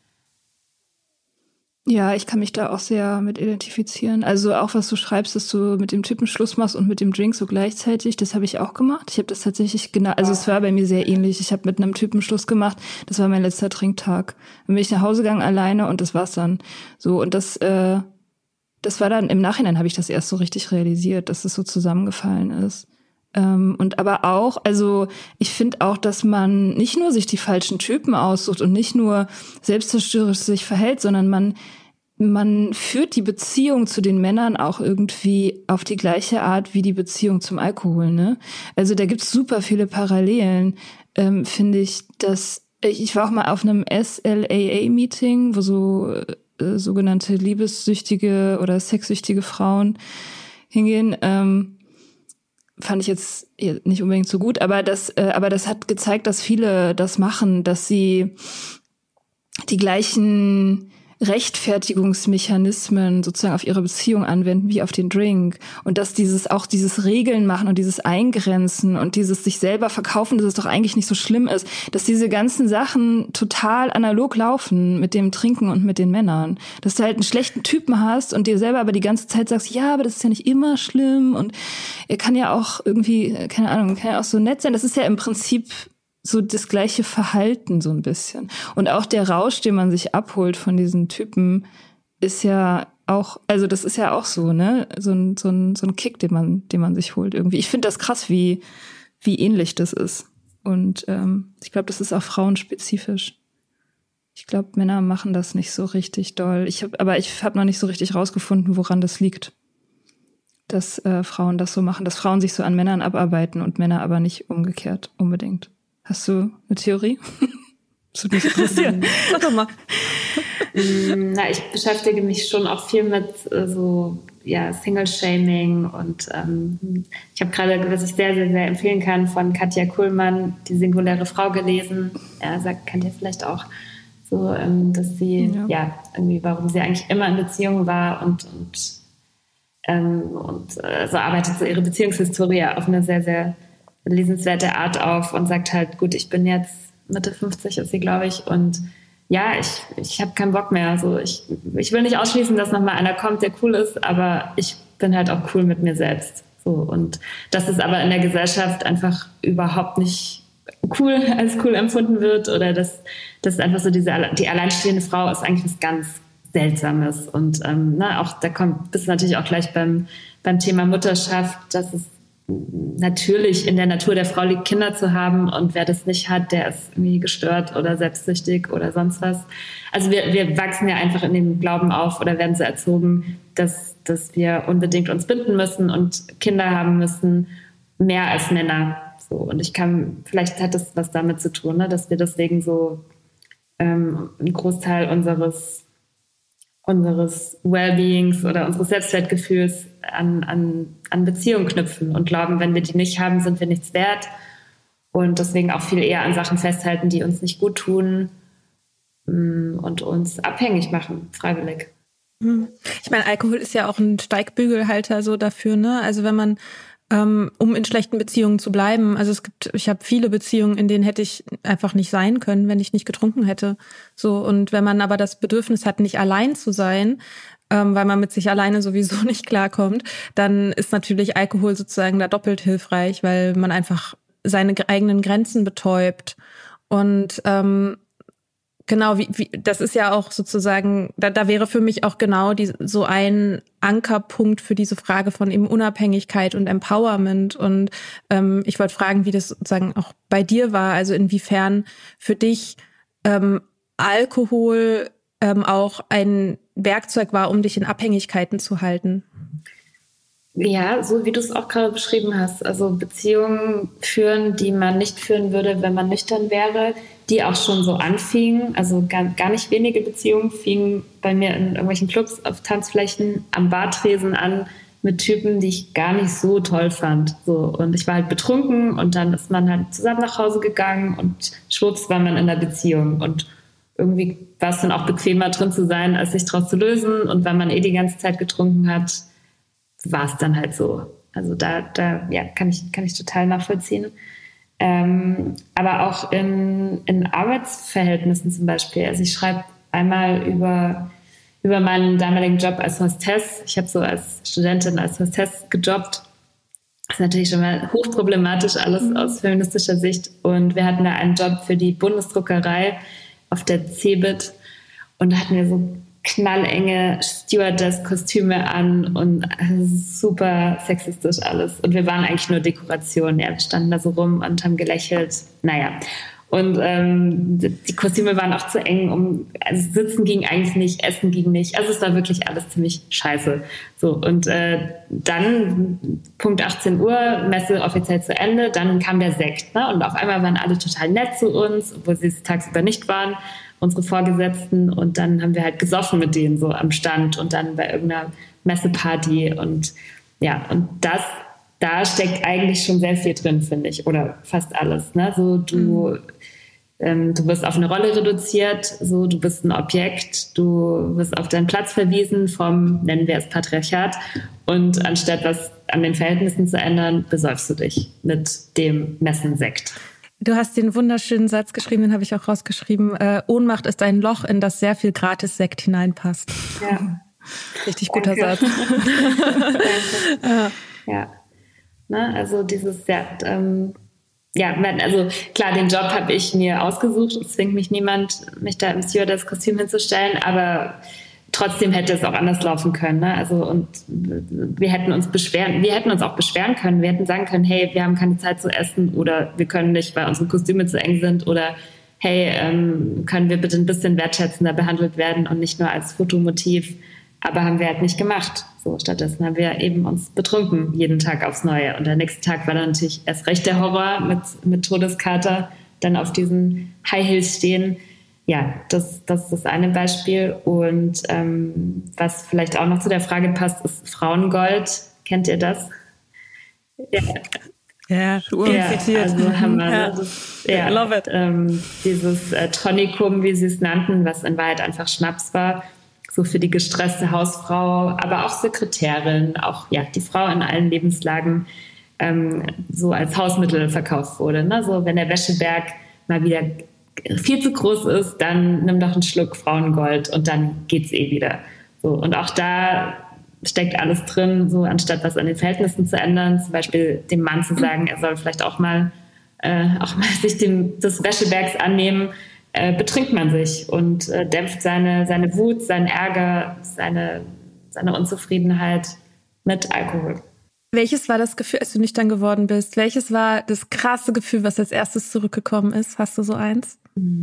Ja, ich kann mich da auch sehr mit identifizieren. Also auch, was du schreibst, dass du mit dem Typen Schluss machst und mit dem Drink so gleichzeitig, das habe ich auch gemacht. Ich habe das tatsächlich es war bei mir sehr ähnlich. Ich habe mit einem Typen Schluss gemacht, das war mein letzter Trinktag. Dann bin ich nach Hause gegangen alleine und das war's dann. So, und das war dann, im Nachhinein habe ich das erst so richtig realisiert, dass das so zusammengefallen ist. Und aber auch, also ich finde auch, dass man nicht nur sich die falschen Typen aussucht und nicht nur selbstzerstörerisch sich verhält, sondern man führt die Beziehung zu den Männern auch irgendwie auf die gleiche Art wie die Beziehung zum Alkohol, ne? Also da gibt's super viele Parallelen, finde ich, ich war auch mal auf einem SLAA-Meeting, wo so sogenannte liebessüchtige oder sexsüchtige Frauen hingehen, fand ich jetzt nicht unbedingt so gut, aber das hat gezeigt, dass viele das machen, dass sie die gleichen Rechtfertigungsmechanismen sozusagen auf ihre Beziehung anwenden, wie auf den Drink. Und dass dieses Regeln machen und dieses Eingrenzen und dieses sich selber verkaufen, dass es doch eigentlich nicht so schlimm ist, dass diese ganzen Sachen total analog laufen mit dem Trinken und mit den Männern. Dass du halt einen schlechten Typen hast und dir selber aber die ganze Zeit sagst, ja, aber das ist ja nicht immer schlimm und er kann ja auch irgendwie, keine Ahnung, kann ja auch so nett sein. Das ist ja im Prinzip so das gleiche Verhalten so ein bisschen. Und auch der Rausch, den man sich abholt von diesen Typen, ist ja auch, also das ist ja auch so, ne? So ein Kick, den man sich holt irgendwie. Ich finde das krass, wie ähnlich das ist. Und ich glaube, das ist auch frauenspezifisch. Ich glaube, Männer machen das nicht so richtig doll. Ich habe noch nicht so richtig rausgefunden, woran das liegt. Dass Frauen das so machen, dass Frauen sich so an Männern abarbeiten und Männer aber nicht umgekehrt unbedingt. Hast du eine Theorie? Das würde mich interessieren. Sag doch mal. Ich beschäftige mich schon auch viel mit Single-Shaming und ich habe gerade, was ich sehr, sehr, sehr empfehlen kann, von Katja Kuhlmann, Die singuläre Frau gelesen. Kennt ihr vielleicht auch so, dass sie, irgendwie, warum sie eigentlich immer in Beziehung war und so arbeitet so ihre Beziehungshistorie auf eine sehr, sehr lesenswerte Art auf und sagt halt, gut, ich bin jetzt Mitte 50 ist sie, glaube ich, und ja, ich habe keinen Bock mehr. Also ich will nicht ausschließen, dass nochmal einer kommt, der cool ist, aber ich bin halt auch cool mit mir selbst. So, und dass es aber in der Gesellschaft einfach überhaupt nicht als cool empfunden wird oder dass einfach so die alleinstehende Frau ist eigentlich was ganz Seltsames. Und auch da bist du natürlich auch gleich beim Thema Mutterschaft, dass es natürlich in der Natur der Frau liegt, Kinder zu haben, und wer das nicht hat, der ist irgendwie gestört oder selbstsüchtig oder sonst was. Also wir wachsen ja einfach in dem Glauben auf oder werden so erzogen, dass wir unbedingt uns binden müssen und Kinder haben müssen, mehr als Männer. So, und vielleicht hat das was damit zu tun, ne, dass wir deswegen so einen Großteil unseres Wellbeings oder unseres Selbstwertgefühls an Beziehungen knüpfen und glauben, wenn wir die nicht haben, sind wir nichts wert, und deswegen auch viel eher an Sachen festhalten, die uns nicht gut tun und uns abhängig machen, freiwillig. Ich meine, Alkohol ist ja auch ein Steigbügelhalter so dafür, ne? Also wenn man um in schlechten Beziehungen zu bleiben. Also ich habe viele Beziehungen, in denen hätte ich einfach nicht sein können, wenn ich nicht getrunken hätte. So, und wenn man aber das Bedürfnis hat, nicht allein zu sein, weil man mit sich alleine sowieso nicht klarkommt, dann ist natürlich Alkohol sozusagen da doppelt hilfreich, weil man einfach seine eigenen Grenzen betäubt. Und genau, das ist ja auch sozusagen, da wäre für mich auch genau so ein Ankerpunkt für diese Frage von eben Unabhängigkeit und Empowerment. Und ich wollte fragen, wie das sozusagen auch bei dir war, also inwiefern für dich Alkohol auch ein Werkzeug war, um dich in Abhängigkeiten zu halten. Ja, so wie du es auch gerade beschrieben hast. Also Beziehungen führen, die man nicht führen würde, wenn man nüchtern wäre, die auch schon so anfingen. Also gar nicht wenige Beziehungen fingen bei mir in irgendwelchen Clubs auf Tanzflächen am Bartresen an mit Typen, die ich gar nicht so toll fand. So, und ich war halt betrunken und dann ist man halt zusammen nach Hause gegangen und schwupps war man in der Beziehung. Und irgendwie war es dann auch bequemer drin zu sein, als sich draus zu lösen. Und weil man die ganze Zeit getrunken hat, war es dann halt so. Also da kann ich total nachvollziehen. Aber auch in Arbeitsverhältnissen zum Beispiel. Also ich schreibe einmal über meinen damaligen Job als Hostess. Ich habe so als Studentin als Hostess gejobbt. Das ist natürlich schon mal hochproblematisch alles aus feministischer Sicht. Und wir hatten da einen Job für die Bundesdruckerei auf der CeBIT. Und da hatten wir so knallenge Stewardess-Kostüme an und super sexistisch alles. Und wir waren eigentlich nur Dekoration. Ja, wir standen da so rum und haben gelächelt. Naja. Und die Kostüme waren auch zu eng. Also sitzen ging eigentlich nicht, essen ging nicht. Also es war wirklich alles ziemlich scheiße. So, und dann Punkt 18 Uhr, Messe offiziell zu Ende, dann kam der Sekt. Ne? Und auf einmal waren alle total nett zu uns, obwohl sie es tagsüber nicht waren, unsere Vorgesetzten. Und dann haben wir halt gesoffen mit denen so am Stand und dann bei irgendeiner Messeparty. Und ja, und da steckt eigentlich schon sehr viel drin, finde ich. Oder fast alles. Ne? So Du wirst auf eine Rolle reduziert, so, du bist ein Objekt, du wirst auf deinen Platz verwiesen vom, nennen wir es Patriarchat, und anstatt was an den Verhältnissen zu ändern, besäufst du dich mit dem Messensekt. Du hast den wunderschönen Satz geschrieben, den habe ich auch rausgeschrieben. Ohnmacht ist ein Loch, in das sehr viel Gratis-Sekt hineinpasst. Ja. Richtig guter Satz. Ja. Ne, also dieses, also klar, den Job habe ich mir ausgesucht. Es zwingt mich niemand, mich da im Stewardess-Kostüm hinzustellen, aber trotzdem hätte es auch anders laufen können. Ne? Also, und wir hätten uns auch beschweren können. Wir hätten sagen können, hey, wir haben keine Zeit zu essen, oder wir können nicht, weil unsere Kostüme zu eng sind, oder hey, können wir bitte ein bisschen wertschätzender behandelt werden und nicht nur als Fotomotiv. Aber haben wir halt nicht gemacht. So, stattdessen haben wir eben uns betrunken, jeden Tag aufs Neue. Und der nächste Tag war dann natürlich erst recht der Horror mit Todeskater, dann auf diesen High Heels stehen. Ja, das ist das eine Beispiel. Und was vielleicht auch noch zu der Frage passt, ist Frauengold. Kennt ihr das? Ja, also Hammer. Ja. I love it. Dieses Tonikum, wie sie es nannten, was in Wahrheit einfach Schnaps war, so für die gestresste Hausfrau, aber auch Sekretärin, auch die Frau in allen Lebenslagen, so als Hausmittel verkauft wurde. Ne? So, wenn der Wäscheberg mal wieder viel zu groß ist, dann nimm doch einen Schluck Frauengold und dann geht's wieder. So, und auch da steckt alles drin, so anstatt was an den Verhältnissen zu ändern, zum Beispiel dem Mann zu sagen, er soll vielleicht auch mal sich des Wäschebergs annehmen, betrinkt man sich und dämpft seine Wut, seinen Ärger, seine Unzufriedenheit mit Alkohol. Welches war das Gefühl, als du nüchtern geworden bist? Welches war das krasse Gefühl, was als erstes zurückgekommen ist? Hast du so eins?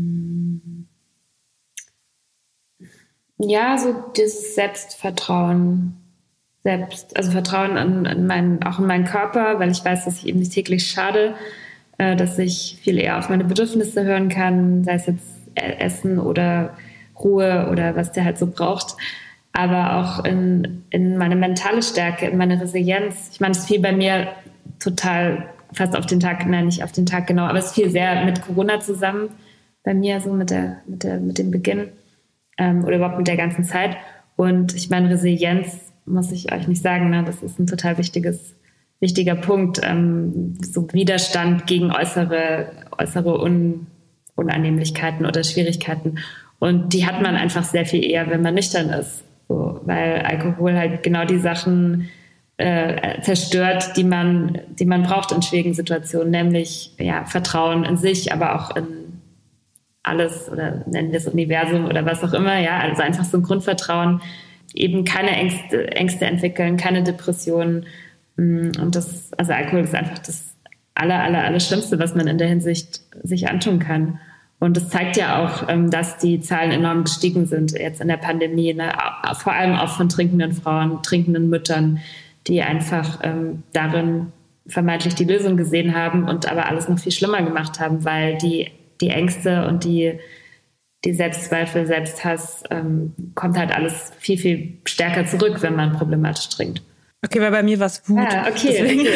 Ja, so dieses Selbstvertrauen. Also Vertrauen auch in meinen Körper, weil ich weiß, dass ich eben nicht täglich schade, dass ich viel eher auf meine Bedürfnisse hören kann, sei es jetzt Essen oder Ruhe oder was der halt so braucht. Aber auch in meine mentale Stärke, in meine Resilienz. Ich meine, es fiel bei mir total fast auf den Tag, nein, nicht auf den Tag genau, aber es fiel sehr mit Corona zusammen bei mir, so mit dem Beginn oder überhaupt mit der ganzen Zeit. Und ich meine, Resilienz, muss ich euch nicht sagen, ne, das ist ein total wichtiger Punkt, so Widerstand gegen äußere Unannehmlichkeiten oder Schwierigkeiten. Und die hat man einfach sehr viel eher, wenn man nüchtern ist. So, weil Alkohol halt genau die Sachen zerstört, die man braucht in schwierigen Situationen, nämlich Vertrauen in sich, aber auch in alles, oder nennen wir es Universum oder was auch immer, also einfach so ein Grundvertrauen, eben keine Ängste entwickeln, keine Depressionen. Und also Alkohol ist einfach das Allerschlimmste, was man in der Hinsicht sich antun kann. Und das zeigt ja auch, dass die Zahlen enorm gestiegen sind jetzt in der Pandemie, ne? Vor allem auch von trinkenden Frauen, trinkenden Müttern, die einfach darin vermeintlich die Lösung gesehen haben und aber alles noch viel schlimmer gemacht haben, weil die Ängste und die Selbstzweifel, Selbsthass, kommt halt alles viel, viel stärker zurück, wenn man problematisch trinkt. Okay, weil bei mir war es Wut. Okay.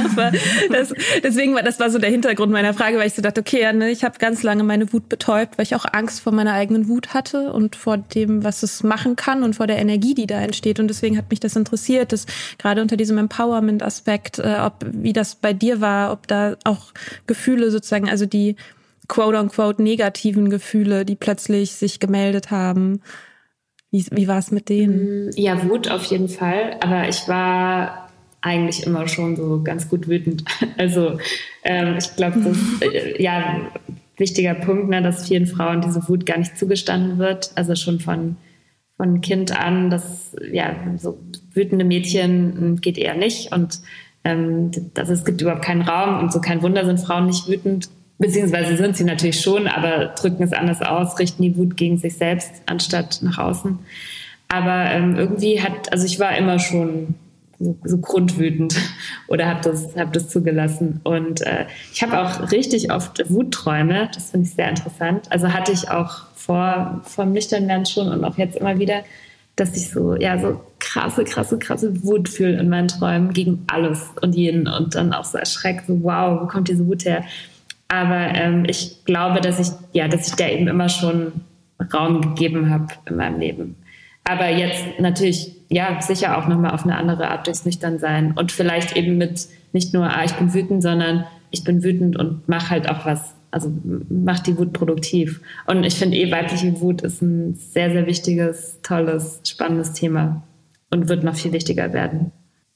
Deswegen war das so der Hintergrund meiner Frage, weil ich so dachte, okay, ich habe ganz lange meine Wut betäubt, weil ich auch Angst vor meiner eigenen Wut hatte und vor dem, was es machen kann und vor der Energie, die da entsteht. Und deswegen hat mich das interessiert, dass gerade unter diesem Empowerment-Aspekt, wie das bei dir war, ob da auch Gefühle sozusagen, also die quote-unquote negativen Gefühle, die plötzlich sich gemeldet haben. Wie war es mit denen? Ja, Wut auf jeden Fall. Aber ich war eigentlich immer schon so ganz gut wütend. Also ich glaube, das ist wichtiger Punkt, ne, dass vielen Frauen diese Wut gar nicht zugestanden wird. Also schon von Kind an, dass so wütende Mädchen geht eher nicht. Und es gibt überhaupt keinen Raum. Und so kein Wunder sind Frauen nicht wütend. Beziehungsweise sind sie natürlich schon, aber drücken es anders aus, richten die Wut gegen sich selbst, anstatt nach außen. Aber irgendwie ich war immer schon so grundwütend oder habe das zugelassen. Und ich habe auch richtig oft Wutträume, das finde ich sehr interessant. Also hatte ich auch vor dem Nüchternwerden schon und auch jetzt immer wieder, dass ich so krasse Wut fühle in meinen Träumen gegen alles und jeden und dann auch so erschreckt, so wow, wo kommt diese Wut her? Aber ich glaube, dass ich da eben immer schon Raum gegeben habe in meinem Leben. Aber jetzt natürlich, ja, sicher auch nochmal auf eine andere Art durchs Nüchternsein. Und vielleicht eben mit nicht nur, ich bin wütend, sondern ich bin wütend und mache halt auch was. Also mach die Wut produktiv. Und ich finde weibliche Wut ist ein sehr, sehr wichtiges, tolles, spannendes Thema und wird noch viel wichtiger werden.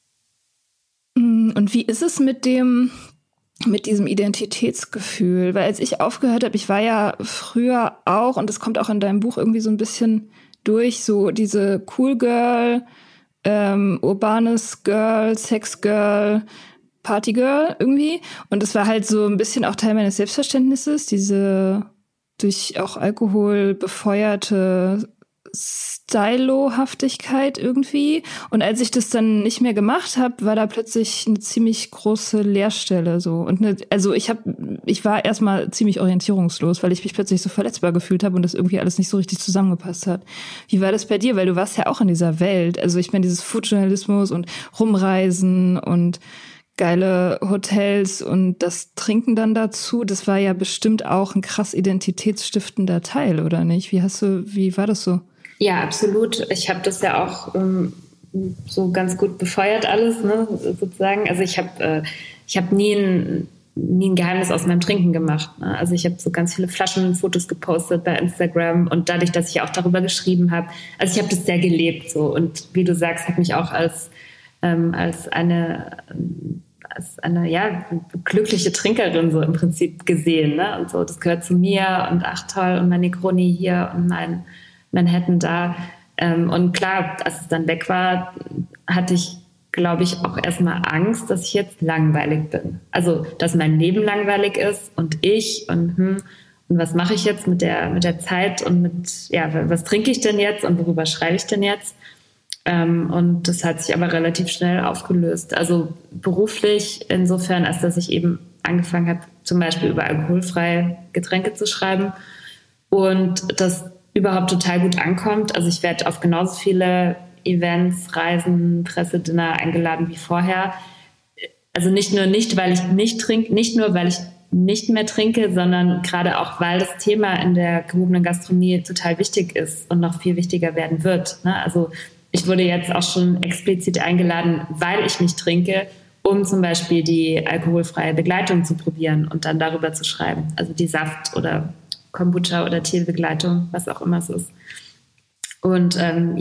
Und wie ist es mit diesem Identitätsgefühl? Weil als ich aufgehört habe, ich war ja früher auch, und das kommt auch in deinem Buch irgendwie so ein bisschen durch, so diese Cool Girl, urbanes Girl, Sex Girl, Party Girl irgendwie. Und das war halt so ein bisschen auch Teil meines Selbstverständnisses, diese durch auch Alkohol befeuerte Stylohaftigkeit irgendwie. Und als ich das dann nicht mehr gemacht habe, war da plötzlich eine ziemlich große Leerstelle so. Und ich war erstmal ziemlich orientierungslos, weil ich mich plötzlich so verletzbar gefühlt habe und das irgendwie alles nicht so richtig zusammengepasst hat. Wie war das bei dir? Weil du warst ja auch in dieser Welt. Also ich meine, dieses Foodjournalismus und Rumreisen und geile Hotels und das Trinken dann dazu, das war ja bestimmt auch ein krass identitätsstiftender Teil, oder nicht? Wie war das so? Ja, absolut. Ich habe das ja auch so ganz gut befeuert alles, ne, sozusagen. Also ich habe nie ein Geheimnis aus meinem Trinken gemacht. Ne? Also ich habe so ganz viele Flaschenfotos gepostet bei Instagram und dadurch, dass ich auch darüber geschrieben habe, also ich habe das sehr gelebt so und wie du sagst, habe mich auch als eine glückliche Trinkerin so im Prinzip gesehen, ne? Und so, das gehört zu mir und ach toll und mein Negroni hier und mein Manhattan da. Und klar, als es dann weg war, hatte ich, glaube ich, auch erstmal Angst, dass ich jetzt langweilig bin. Also, dass mein Leben langweilig ist und und was mache ich jetzt mit der Zeit und was trinke ich denn jetzt und worüber schreibe ich denn jetzt? Und das hat sich aber relativ schnell aufgelöst. Also beruflich insofern, als dass ich eben angefangen habe, zum Beispiel über alkoholfreie Getränke zu schreiben und das überhaupt total gut ankommt. Also ich werde auf genauso viele Events, Reisen, Pressedinner eingeladen wie vorher. Also nicht nur, weil ich nicht trinke, nicht nur, weil ich nicht mehr trinke, sondern gerade auch, weil das Thema in der gehobenen Gastronomie total wichtig ist und noch viel wichtiger werden wird. Ne? Also ich wurde jetzt auch schon explizit eingeladen, weil ich nicht trinke, um zum Beispiel die alkoholfreie Begleitung zu probieren und dann darüber zu schreiben. Also die Saft- oder Kombucha- oder Teebegleitung, was auch immer es ist. Und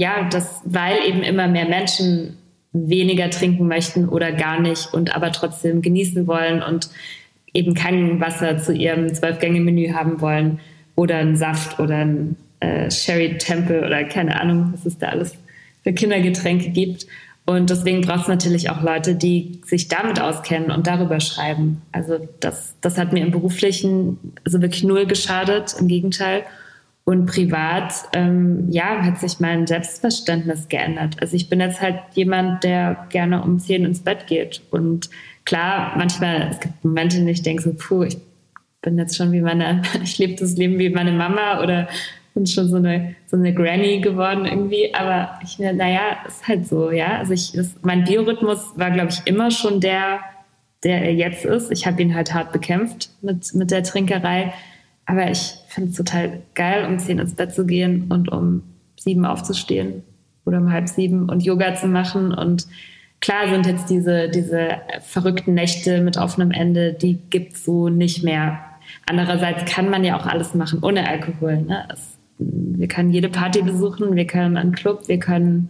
weil eben immer mehr Menschen weniger trinken möchten oder gar nicht und aber trotzdem genießen wollen und eben kein Wasser zu ihrem 12-Gänge-Menü haben wollen oder einen Saft oder ein Sherry Temple oder keine Ahnung, was es da alles für Kindergetränke gibt. Und deswegen braucht es natürlich auch Leute, die sich damit auskennen und darüber schreiben. Also das hat mir im Beruflichen also wirklich null geschadet, im Gegenteil. Und privat, hat sich mein Selbstverständnis geändert. Also ich bin jetzt halt jemand, der gerne um 10 ins Bett geht. Und klar, manchmal, es gibt Momente, in denen ich denke so, ich bin jetzt schon ich lebe das Leben wie meine Mama oder bin schon so eine Granny geworden irgendwie, aber ist halt so, ja. Also mein Biorhythmus war, glaube ich, immer schon der er jetzt ist. Ich habe ihn halt hart bekämpft mit der Trinkerei, aber ich finde es total geil, um 10 ins Bett zu gehen und um 7 aufzustehen oder um 6:30 und Yoga zu machen. Und klar sind jetzt diese verrückten Nächte mit offenem Ende, die gibt's so nicht mehr. Andererseits kann man ja auch alles machen ohne Alkohol, ne? Wir können jede Party besuchen, wir können einen Club, wir können,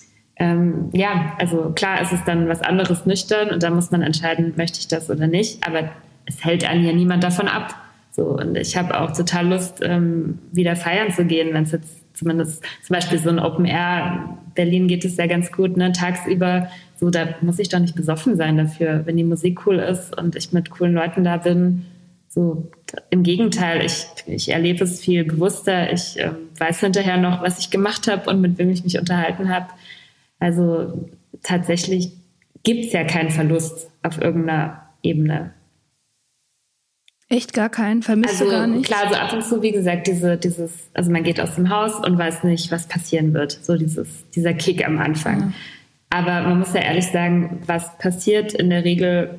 also klar ist es dann was anderes nüchtern und da muss man entscheiden, möchte ich das oder nicht, aber es hält einen ja niemand davon ab. So, und ich habe auch total Lust, wieder feiern zu gehen, wenn es jetzt zumindest zum Beispiel so ein Open Air, Berlin geht es ja ganz gut, ne, tagsüber, so, da muss ich doch nicht besoffen sein dafür, wenn die Musik cool ist und ich mit coolen Leuten da bin. So, im Gegenteil, ich erlebe es viel bewusster. Ich weiß hinterher noch, was ich gemacht habe und mit wem ich mich unterhalten habe. Also tatsächlich gibt es ja keinen Verlust auf irgendeiner Ebene. Echt gar keinen? Vermisst du gar nicht? Klar, so ab und zu, wie gesagt, also man geht aus dem Haus und weiß nicht, was passieren wird. So dieser Kick am Anfang. Ja. Aber man muss ja ehrlich sagen, was passiert in der Regel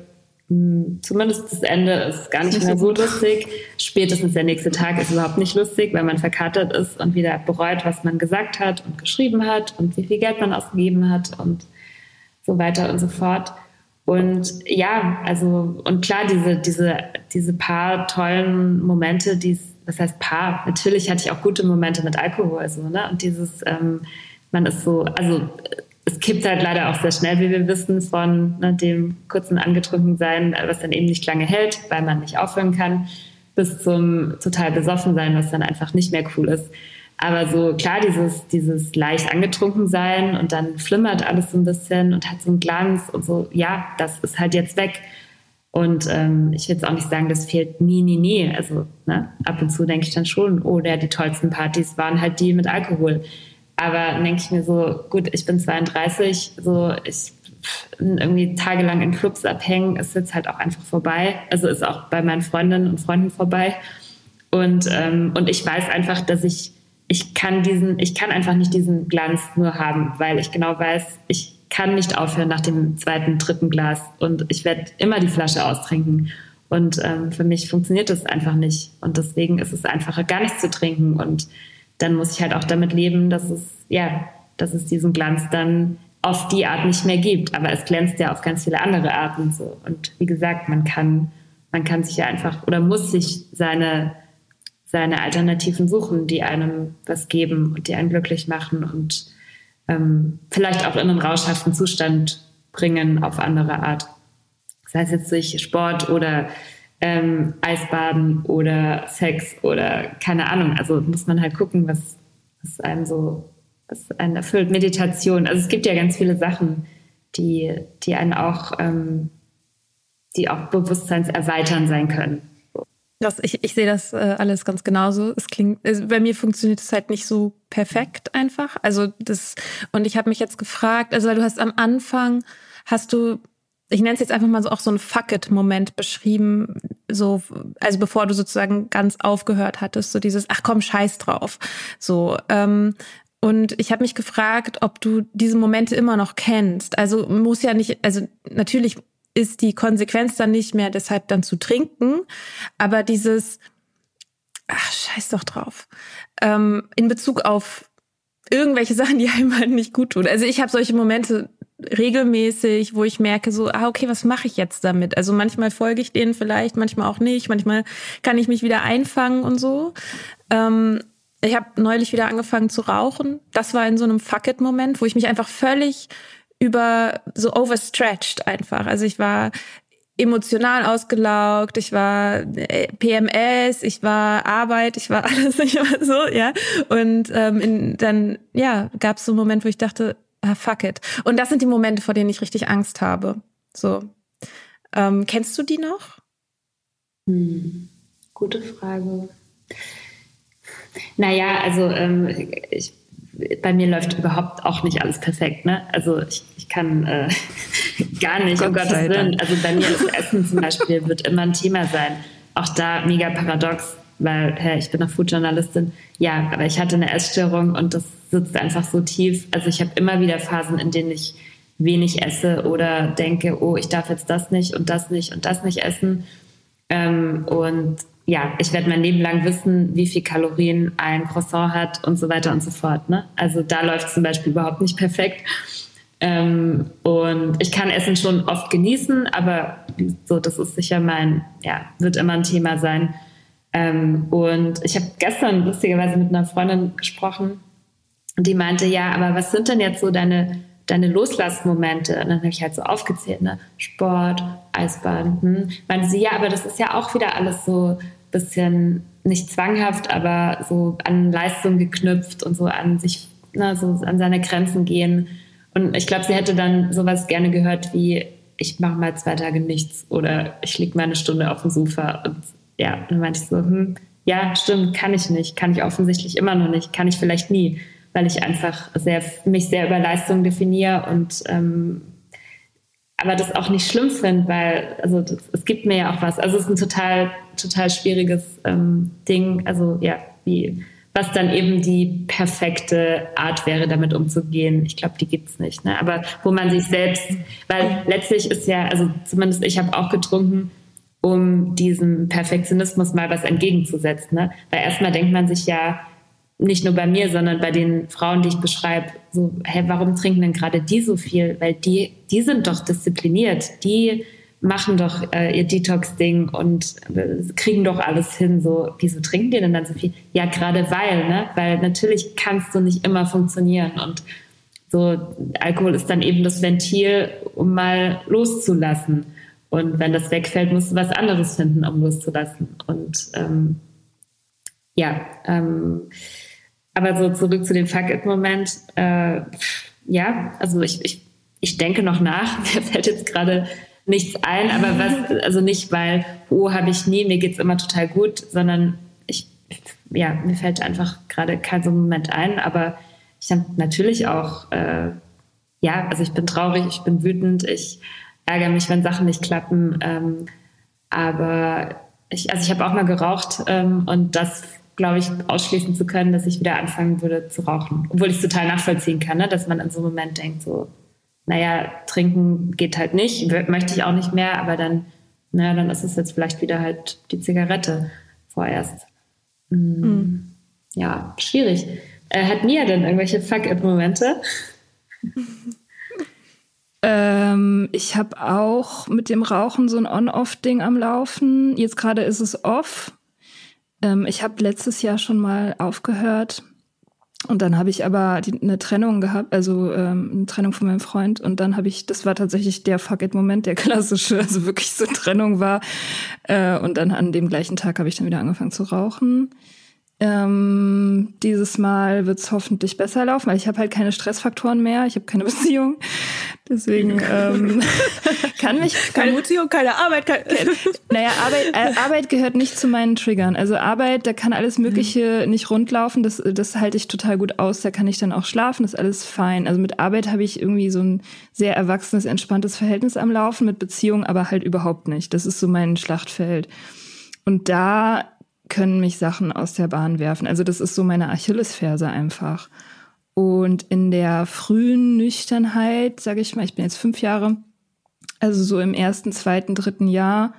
zumindest das Ende ist gar nicht mehr so lustig. Spätestens der nächste Tag ist überhaupt nicht lustig, weil man verkatert ist und wieder bereut, was man gesagt hat und geschrieben hat und wie viel Geld man ausgegeben hat und so weiter und so fort. Und ja, also, und klar, diese paar tollen Momente, das heißt paar, natürlich hatte ich auch gute Momente mit Alkohol, so, ne? Und man ist so, also es kippt halt leider auch sehr schnell, wie wir wissen, von dem kurzen Angetrunkensein, was dann eben nicht lange hält, weil man nicht aufhören kann, bis zum total Besoffensein, was dann einfach nicht mehr cool ist. Aber so klar, dieses leicht angetrunken sein und dann flimmert alles so ein bisschen und hat so einen Glanz und so, ja, das ist halt jetzt weg. Und ich will jetzt auch nicht sagen, das fehlt nie. Also ab und zu denke ich dann schon, die tollsten Partys waren halt die mit Alkohol. Aber dann denke ich mir so, gut, ich bin 32, so ich irgendwie tagelang in Clubs abhängen, ist jetzt halt auch einfach vorbei. Also ist auch bei meinen Freundinnen und Freunden vorbei. Und ich weiß einfach, dass ich kann einfach nicht diesen Glanz nur haben, weil ich genau weiß, ich kann nicht aufhören nach dem 2., 3. Glas und ich werde immer die Flasche austrinken. Und für mich funktioniert das einfach nicht. Und deswegen ist es einfacher, gar nichts zu trinken. Und dann muss ich halt auch damit leben, dass es diesen Glanz dann auf die Art nicht mehr gibt. Aber es glänzt ja auf ganz viele andere Arten so. Und wie gesagt, man kann sich ja einfach oder muss sich seine Alternativen suchen, die einem was geben und die einen glücklich machen und vielleicht auch in einen rauschhaften Zustand bringen auf andere Art. Sei es jetzt durch Sport oder Eisbaden oder Sex oder keine Ahnung. Also muss man halt gucken, was einen erfüllt. Meditation. Also es gibt ja ganz viele Sachen, die einen auch, die auch bewusstseinserweitern sein können. Ich sehe das alles ganz genauso. Bei mir funktioniert es halt nicht so perfekt einfach. Und ich habe mich jetzt gefragt, also weil du hast am Anfang, ich nenne es jetzt einfach mal so auch so einen Fuck-it-Moment beschrieben, so, also bevor du sozusagen ganz aufgehört hattest, so dieses, ach komm, scheiß drauf. So, und ich habe mich gefragt, ob du diese Momente immer noch kennst. Also muss ja nicht, also natürlich ist die Konsequenz dann nicht mehr, deshalb dann zu trinken, aber dieses, ach, scheiß doch drauf, in Bezug auf irgendwelche Sachen, die einem halt nicht gut tun. Also ich habe solche Momente regelmäßig, wo ich merke so, okay, was mache ich jetzt damit? Also manchmal folge ich denen vielleicht, manchmal auch nicht, manchmal kann ich mich wieder einfangen und so. Ich habe neulich wieder angefangen zu rauchen. Das war in so einem Fuck-it-Moment, wo ich mich einfach völlig so overstretched einfach. Also ich war emotional ausgelaugt, ich war PMS, ich war Arbeit, ich war alles, ich war so, ja. Und dann gab es so einen Moment, wo ich dachte, fuck it. Und das sind die Momente, vor denen ich richtig Angst habe. So. Kennst du die noch? Gute Frage. Naja, also bei mir läuft überhaupt auch nicht alles perfekt, ne? Also ich kann gar nicht, um Gottes Willen. Also bei mir ist Essen zum Beispiel wird immer ein Thema sein. Auch da mega paradox, weil ich bin auch Foodjournalistin. Ja, aber ich hatte eine Essstörung und das sitzt einfach so tief. Also ich habe immer wieder Phasen, in denen ich wenig esse oder denke, oh, ich darf jetzt das nicht und das nicht und das nicht essen. Und ja, ich werde mein Leben lang wissen, wie viel Kalorien ein Croissant hat und so weiter und so fort. Ne? Also da läuft es zum Beispiel überhaupt nicht perfekt. Und ich kann Essen schon oft genießen, aber so, das ist sicher wird immer ein Thema sein. Und ich habe gestern lustigerweise mit einer Freundin gesprochen und die meinte, ja, aber was sind denn jetzt so deine Loslassmomente? Und dann habe ich halt so aufgezählt, ne? Sport, Eisbaden. Meinte sie, ja, aber das ist ja auch wieder alles so ein bisschen nicht zwanghaft, aber so an Leistung geknüpft und so an sich, so an seine Grenzen gehen. Und ich glaube, sie hätte dann sowas gerne gehört wie, ich mache mal 2 Tage nichts oder ich liege mal eine Stunde auf dem Sofa. Und ja, dann meinte ich so, ja, stimmt, kann ich nicht. Kann ich offensichtlich immer noch nicht. Kann ich vielleicht nie, weil ich einfach mich sehr über Leistung definiere und aber das auch nicht schlimm finde, weil es gibt mir ja auch was. Also es ist ein total, total schwieriges Ding. Also ja, wie was dann eben die perfekte Art wäre, damit umzugehen. Ich glaube, die gibt's nicht. Ne? Aber wo man sich selbst, weil letztlich ist ja, also zumindest ich habe auch getrunken, um diesem Perfektionismus mal was entgegenzusetzen. Ne? Weil erstmal denkt man sich ja, nicht nur bei mir, sondern bei den Frauen, die ich beschreibe, so, hey, warum trinken denn gerade die so viel? Weil die sind doch diszipliniert, die machen doch ihr Detox-Ding und kriegen doch alles hin. So, wieso trinken die denn dann so viel? Ja, gerade weil natürlich kannst du nicht immer funktionieren und so Alkohol ist dann eben das Ventil, um mal loszulassen. Und wenn das wegfällt, musst du was anderes finden, um loszulassen. Und aber so zurück zu dem Fuck-it-Moment. Also ich denke noch nach. Mir fällt jetzt gerade nichts ein, aber also nicht, weil, habe ich nie, mir geht's immer total gut, sondern mir fällt einfach gerade kein so Moment ein, aber ich habe natürlich auch, also ich bin traurig, ich bin wütend, ich ärgere mich, wenn Sachen nicht klappen, aber ich habe auch mal geraucht und das glaube ich, ausschließen zu können, dass ich wieder anfangen würde zu rauchen. Obwohl ich es total nachvollziehen kann, ne? Dass man in so einem Moment denkt, so, naja, trinken geht halt nicht, möchte ich auch nicht mehr, aber dann ist es jetzt vielleicht wieder halt die Zigarette vorerst. Ja, schwierig. Hat Mia denn irgendwelche Fuck-it-Momente? Ich habe auch mit dem Rauchen so ein On-Off-Ding am Laufen. Jetzt gerade ist es off. Ich habe letztes Jahr schon mal aufgehört und dann habe ich aber eine Trennung gehabt, also eine Trennung von meinem Freund und dann das war tatsächlich der Fuck-it-Moment, der klassische, also wirklich so Trennung war und dann an dem gleichen Tag habe ich dann wieder angefangen zu rauchen. Dieses Mal wird es hoffentlich besser laufen, weil ich habe halt keine Stressfaktoren mehr, ich habe keine Beziehung, deswegen keine Beziehung, keine Arbeit. Arbeit gehört nicht zu meinen Triggern. Also Arbeit, da kann alles Mögliche nicht rundlaufen, das halte ich total gut aus, da kann ich dann auch schlafen, das ist alles fein. Also mit Arbeit habe ich irgendwie so ein sehr erwachsenes, entspanntes Verhältnis am Laufen, mit Beziehung aber halt überhaupt nicht. Das ist so mein Schlachtfeld. Und da können mich Sachen aus der Bahn werfen. Also das ist so meine Achillesferse einfach. Und in der frühen Nüchternheit, sage ich mal, ich bin jetzt 5 Jahre, also so im 1., 2., 3. Jahr,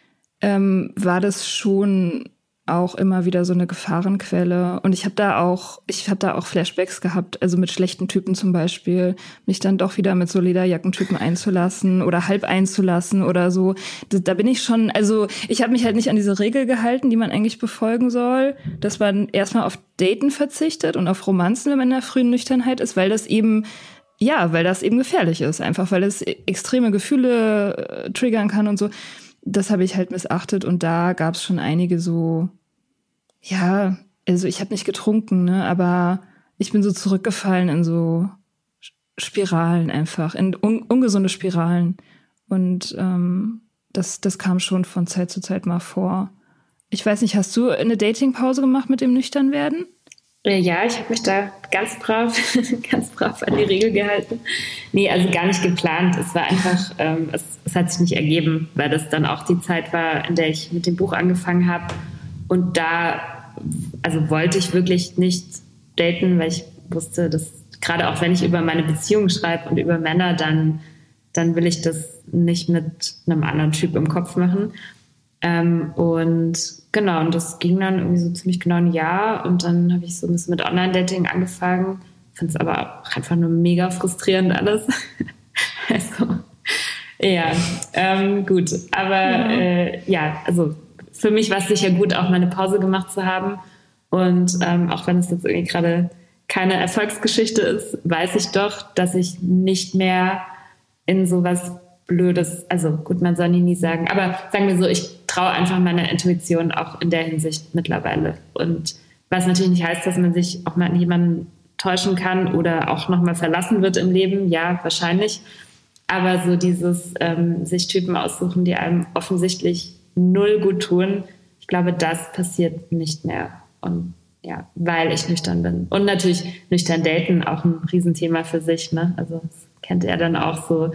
war das schon auch immer wieder so eine Gefahrenquelle. Und ich habe da auch Flashbacks gehabt, also mit schlechten Typen zum Beispiel, mich dann doch wieder mit so Lederjackentypen einzulassen oder halb einzulassen oder so. Da bin ich schon, also ich habe mich halt nicht an diese Regel gehalten, die man eigentlich befolgen soll, dass man erstmal auf Daten verzichtet und auf Romanzen, wenn man in der frühen Nüchternheit ist, weil das eben gefährlich ist, einfach weil es extreme Gefühle triggern kann und so. Das habe ich halt missachtet und da gab es schon einige so, ja, also ich habe nicht getrunken, ne, aber ich bin so zurückgefallen in so Spiralen einfach, in ungesunde Spiralen und das kam schon von Zeit zu Zeit mal vor. Ich weiß nicht, hast du eine Datingpause gemacht mit dem Nüchternwerden? Ja, ich habe mich da ganz brav an die Regel gehalten. Nee, also gar nicht geplant. Es war einfach, es hat sich nicht ergeben, weil das dann auch die Zeit war, in der ich mit dem Buch angefangen habe. Und da, also wollte ich wirklich nicht daten, weil ich wusste, dass gerade auch wenn ich über meine Beziehung schreibe und über Männer, dann will ich das nicht mit einem anderen Typ im Kopf machen. Und genau, und das ging dann irgendwie so ziemlich genau ein Jahr und dann habe ich so ein bisschen mit Online-Dating angefangen. Finde es aber auch einfach nur mega frustrierend alles. Also, ja, gut. Aber also für mich war es sicher gut, auch mal eine Pause gemacht zu haben. Und auch wenn es jetzt irgendwie gerade keine Erfolgsgeschichte ist, weiß ich doch, dass ich nicht mehr in sowas Blödes, also gut, man soll nie sagen, aber sagen wir so, ich traue einfach meiner Intuition auch in der Hinsicht mittlerweile. Und was natürlich nicht heißt, dass man sich auch mal jemanden täuschen kann oder auch nochmal verlassen wird im Leben, ja, wahrscheinlich. Aber so dieses sich Typen aussuchen, die einem offensichtlich null gut tun, ich glaube, das passiert nicht mehr. Und ja, weil ich nüchtern bin. Und natürlich nüchtern daten, auch ein Riesenthema für sich, ne? Also das kennt er dann auch so.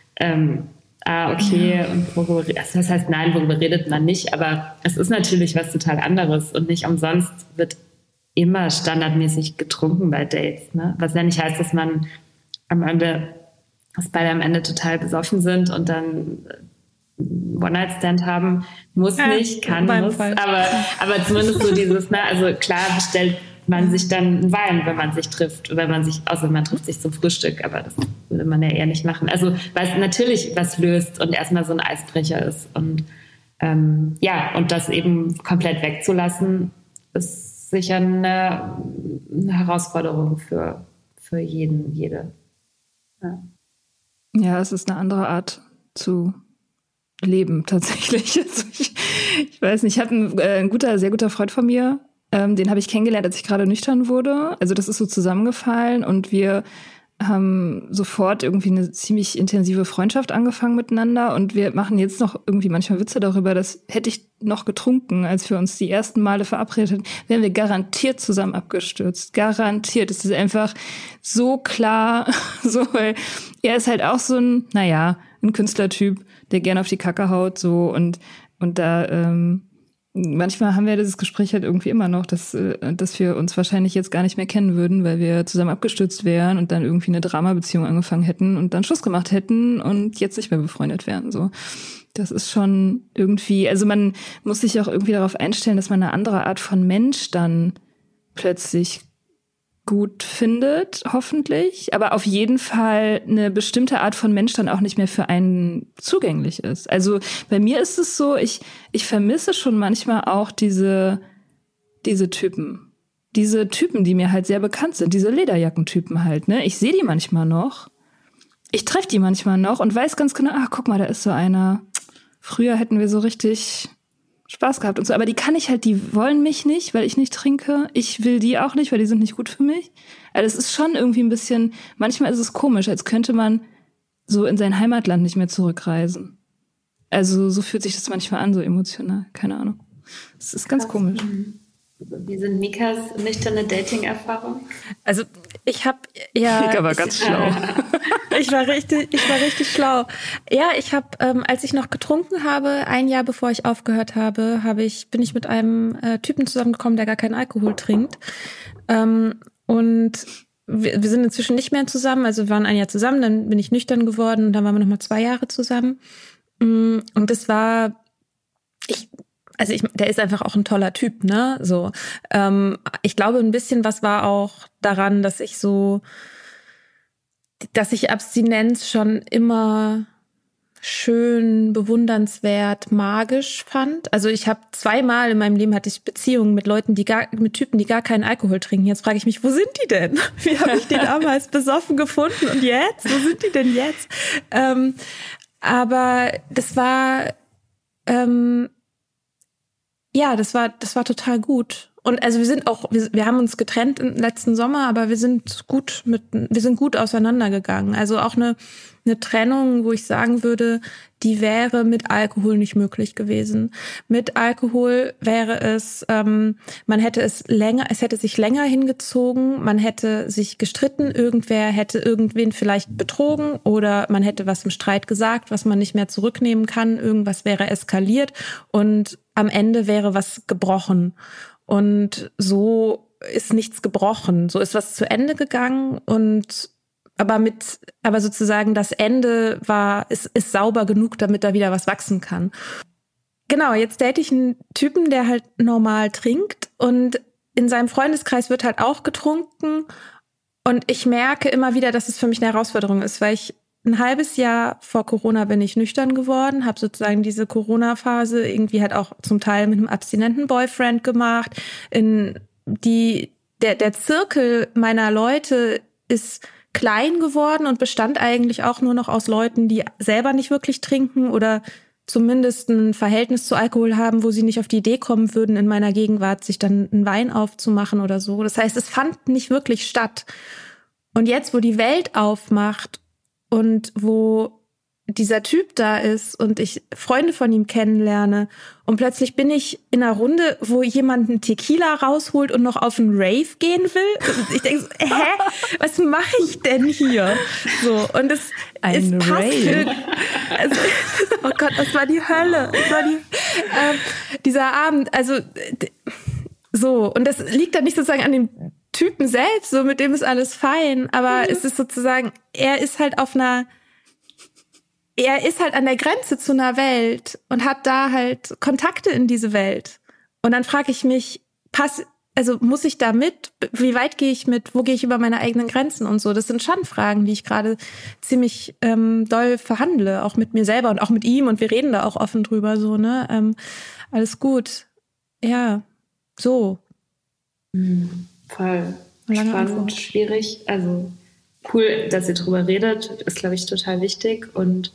Okay, und worüber redet man nicht, aber es ist natürlich was total anderes und nicht umsonst wird immer standardmäßig getrunken bei Dates, ne? Was ja nicht heißt, dass man dass beide am Ende total besoffen sind und dann One-Night-Stand haben. Muss nicht, kann, muss. Aber zumindest so dieses, ne? Also klar bestellt man sich dann einen Wein, wenn man sich trifft. Oder außer man trifft sich zum Frühstück, aber das würde man ja eher nicht machen. Also weil es natürlich was löst und erstmal so ein Eisbrecher ist. Und und das eben komplett wegzulassen, ist sicher eine Herausforderung für jeden, jede. Ja, es ist eine andere Art zu leben tatsächlich. Also ich weiß nicht, ich habe ein sehr guter Freund von mir, den habe ich kennengelernt, als ich gerade nüchtern wurde. Also das ist so zusammengefallen und wir haben sofort irgendwie eine ziemlich intensive Freundschaft angefangen miteinander und wir machen jetzt noch irgendwie manchmal Witze darüber, dass hätte ich noch getrunken, als wir uns die ersten Male verabredet hatten, wären wir garantiert zusammen abgestürzt. Garantiert. Es ist einfach so klar, so, weil er ist halt auch so ein Künstlertyp, der gerne auf die Kacke haut, so und da manchmal haben wir dieses Gespräch halt irgendwie immer noch, dass wir uns wahrscheinlich jetzt gar nicht mehr kennen würden, weil wir zusammen abgestürzt wären und dann irgendwie eine Dramabeziehung angefangen hätten und dann Schluss gemacht hätten und jetzt nicht mehr befreundet wären. So, das ist schon irgendwie, also man muss sich auch irgendwie darauf einstellen, dass man eine andere Art von Mensch dann plötzlich gut findet, hoffentlich, aber auf jeden Fall eine bestimmte Art von Mensch dann auch nicht mehr für einen zugänglich ist. Also bei mir ist es so, ich vermisse schon manchmal auch diese Typen. Diese Typen, die mir halt sehr bekannt sind, diese Lederjackentypen halt, ne? Ich sehe die manchmal noch, ich treffe die manchmal noch und weiß ganz genau, guck mal, da ist so einer. Früher hätten wir so richtig Spaß gehabt und so, aber die wollen mich nicht, weil ich nicht trinke. Ich will die auch nicht, weil die sind nicht gut für mich. Also es ist schon irgendwie ein bisschen, manchmal ist es komisch, als könnte man so in sein Heimatland nicht mehr zurückreisen. Also so fühlt sich das manchmal an, so emotional, keine Ahnung. Es ist ganz komisch. Wie sind Mikas nüchterne Dating-Erfahrungen? Also ich habe Mika war ganz schlau. Ich war richtig schlau. Ja, ich habe, als ich noch getrunken habe, ein Jahr bevor ich aufgehört habe, bin ich mit einem Typen zusammengekommen, der gar keinen Alkohol trinkt. Und wir sind inzwischen nicht mehr zusammen. Also wir waren ein Jahr zusammen, dann bin ich nüchtern geworden und dann waren wir nochmal 2 Jahre zusammen. Und das war, der ist einfach auch ein toller Typ, ne? So, ich glaube, ein bisschen was war auch daran, dass ich Abstinenz schon immer schön, bewundernswert, magisch fand. Also ich habe 2-mal in meinem Leben hatte ich Beziehungen mit Leuten, mit Typen, die gar keinen Alkohol trinken. Jetzt frage ich mich, wo sind die denn? Wie habe ich die damals besoffen gefunden und jetzt? Wo sind die denn jetzt? Aber das war das war total gut. Und also wir haben uns getrennt im letzten Sommer, aber wir sind gut auseinandergegangen. Also auch eine Trennung, wo ich sagen würde, die wäre mit Alkohol nicht möglich gewesen. Mit Alkohol wäre es, es hätte sich länger hingezogen, man hätte sich gestritten, irgendwer hätte irgendwen vielleicht betrogen oder man hätte was im Streit gesagt, was man nicht mehr zurücknehmen kann, irgendwas wäre eskaliert und am Ende wäre was gebrochen. Und so ist nichts gebrochen. So ist was zu Ende gegangen aber sozusagen das Ende ist sauber genug, damit da wieder was wachsen kann. Genau, jetzt date ich einen Typen, der halt normal trinkt und in seinem Freundeskreis wird halt auch getrunken und ich merke immer wieder, dass es für mich eine Herausforderung ist, weil ich ein halbes Jahr vor Corona bin ich nüchtern geworden, habe sozusagen diese Corona-Phase irgendwie halt auch zum Teil mit einem abstinenten Boyfriend gemacht. Der Zirkel meiner Leute ist klein geworden und bestand eigentlich auch nur noch aus Leuten, die selber nicht wirklich trinken oder zumindest ein Verhältnis zu Alkohol haben, wo sie nicht auf die Idee kommen würden, in meiner Gegenwart sich dann einen Wein aufzumachen oder so. Das heißt, es fand nicht wirklich statt. Und jetzt, wo die Welt aufmacht und wo dieser Typ da ist und ich Freunde von ihm kennenlerne und plötzlich bin ich in einer Runde, wo jemand einen Tequila rausholt und noch auf einen Rave gehen will. Und ich denke so, was mache ich denn hier? So, und es passt. Also, oh Gott, das war die Hölle. Das war dieser Abend, also So, und das liegt dann nicht sozusagen an dem Typen selbst, so mit dem ist alles fein, aber es ist sozusagen, er ist halt an der Grenze zu einer Welt und hat da halt Kontakte in diese Welt. Und dann frage ich mich, muss ich da mit? Wie weit gehe ich mit? Wo gehe ich über meine eigenen Grenzen und so? Das sind schon Fragen, die ich gerade ziemlich doll verhandle, auch mit mir selber und auch mit ihm. Und wir reden da auch offen drüber, so, ne? Alles gut. Ja, so. Voll spannend, schwierig. Also cool, dass ihr drüber redet, ist, glaube ich, total wichtig. Und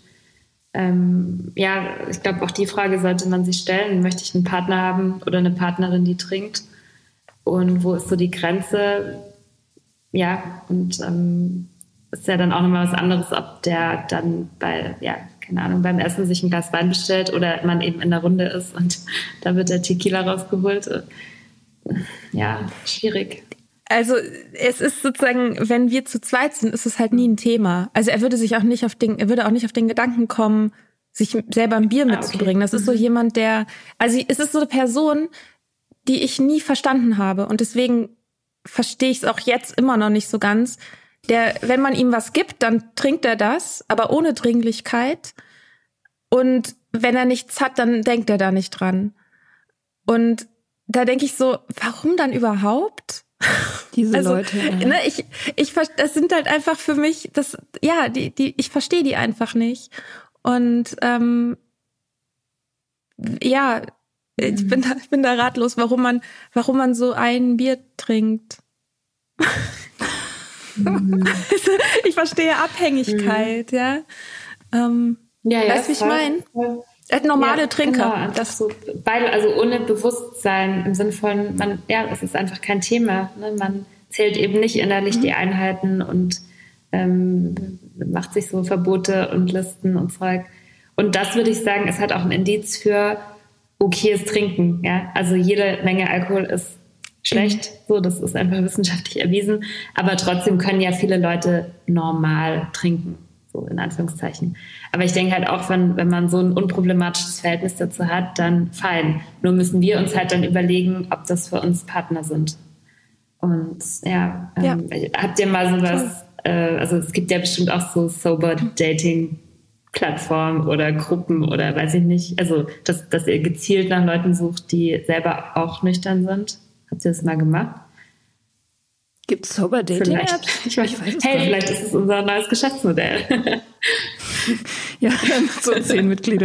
ich glaube, auch die Frage sollte man sich stellen. Möchte ich einen Partner haben oder eine Partnerin, die trinkt? Und wo ist so die Grenze? Ja, und ist ja dann auch nochmal was anderes, ob der dann beim Essen sich ein Glas Wein bestellt oder man eben in der Runde ist und da wird der Tequila rausgeholt. Ja, schwierig. Also es ist sozusagen, wenn wir zu zweit sind, ist es halt nie ein Thema. Also er würde auch nicht auf den Gedanken kommen, sich selber ein Bier mitzubringen. Okay. Das ist so jemand, es ist so eine Person, die ich nie verstanden habe. Und deswegen verstehe ich es auch jetzt immer noch nicht so ganz. Wenn man ihm was gibt, dann trinkt er das, aber ohne Dringlichkeit. Und wenn er nichts hat, dann denkt er da nicht dran. Und da denke ich so, warum dann überhaupt? Diese Leute. Ne, das sind halt einfach für mich, ich verstehe die einfach nicht. Und ich bin da ratlos, warum man so ein Bier trinkt. Ich verstehe Abhängigkeit, ja. Weißt du, wie ich meine? Normale Trinker. Genau, das so, also ohne Bewusstsein im Sinne von, es ist einfach kein Thema. Ne? Man zählt eben nicht innerlich die Einheiten und macht sich so Verbote und Listen und Zeug. Und das, würde ich sagen, ist halt auch ein Indiz für okayes Trinken. Ja? Also jede Menge Alkohol ist schlecht, so, das ist einfach wissenschaftlich erwiesen. Aber trotzdem können ja viele Leute normal trinken. So in Anführungszeichen. Aber ich denke halt auch, wenn man so ein unproblematisches Verhältnis dazu hat, dann fein. Nur müssen wir uns halt dann überlegen, ob das für uns Partner sind. Und habt ihr mal sowas, also es gibt ja bestimmt auch so Sober-Dating-Plattformen oder Gruppen oder weiß ich nicht, also dass ihr gezielt nach Leuten sucht, die selber auch nüchtern sind. Habt ihr das mal gemacht? Gibt es Sober-Dating-Apps? Ich weiß es nicht. Vielleicht ist es unser neues Geschäftsmodell. Ja, so 10 Mitglieder.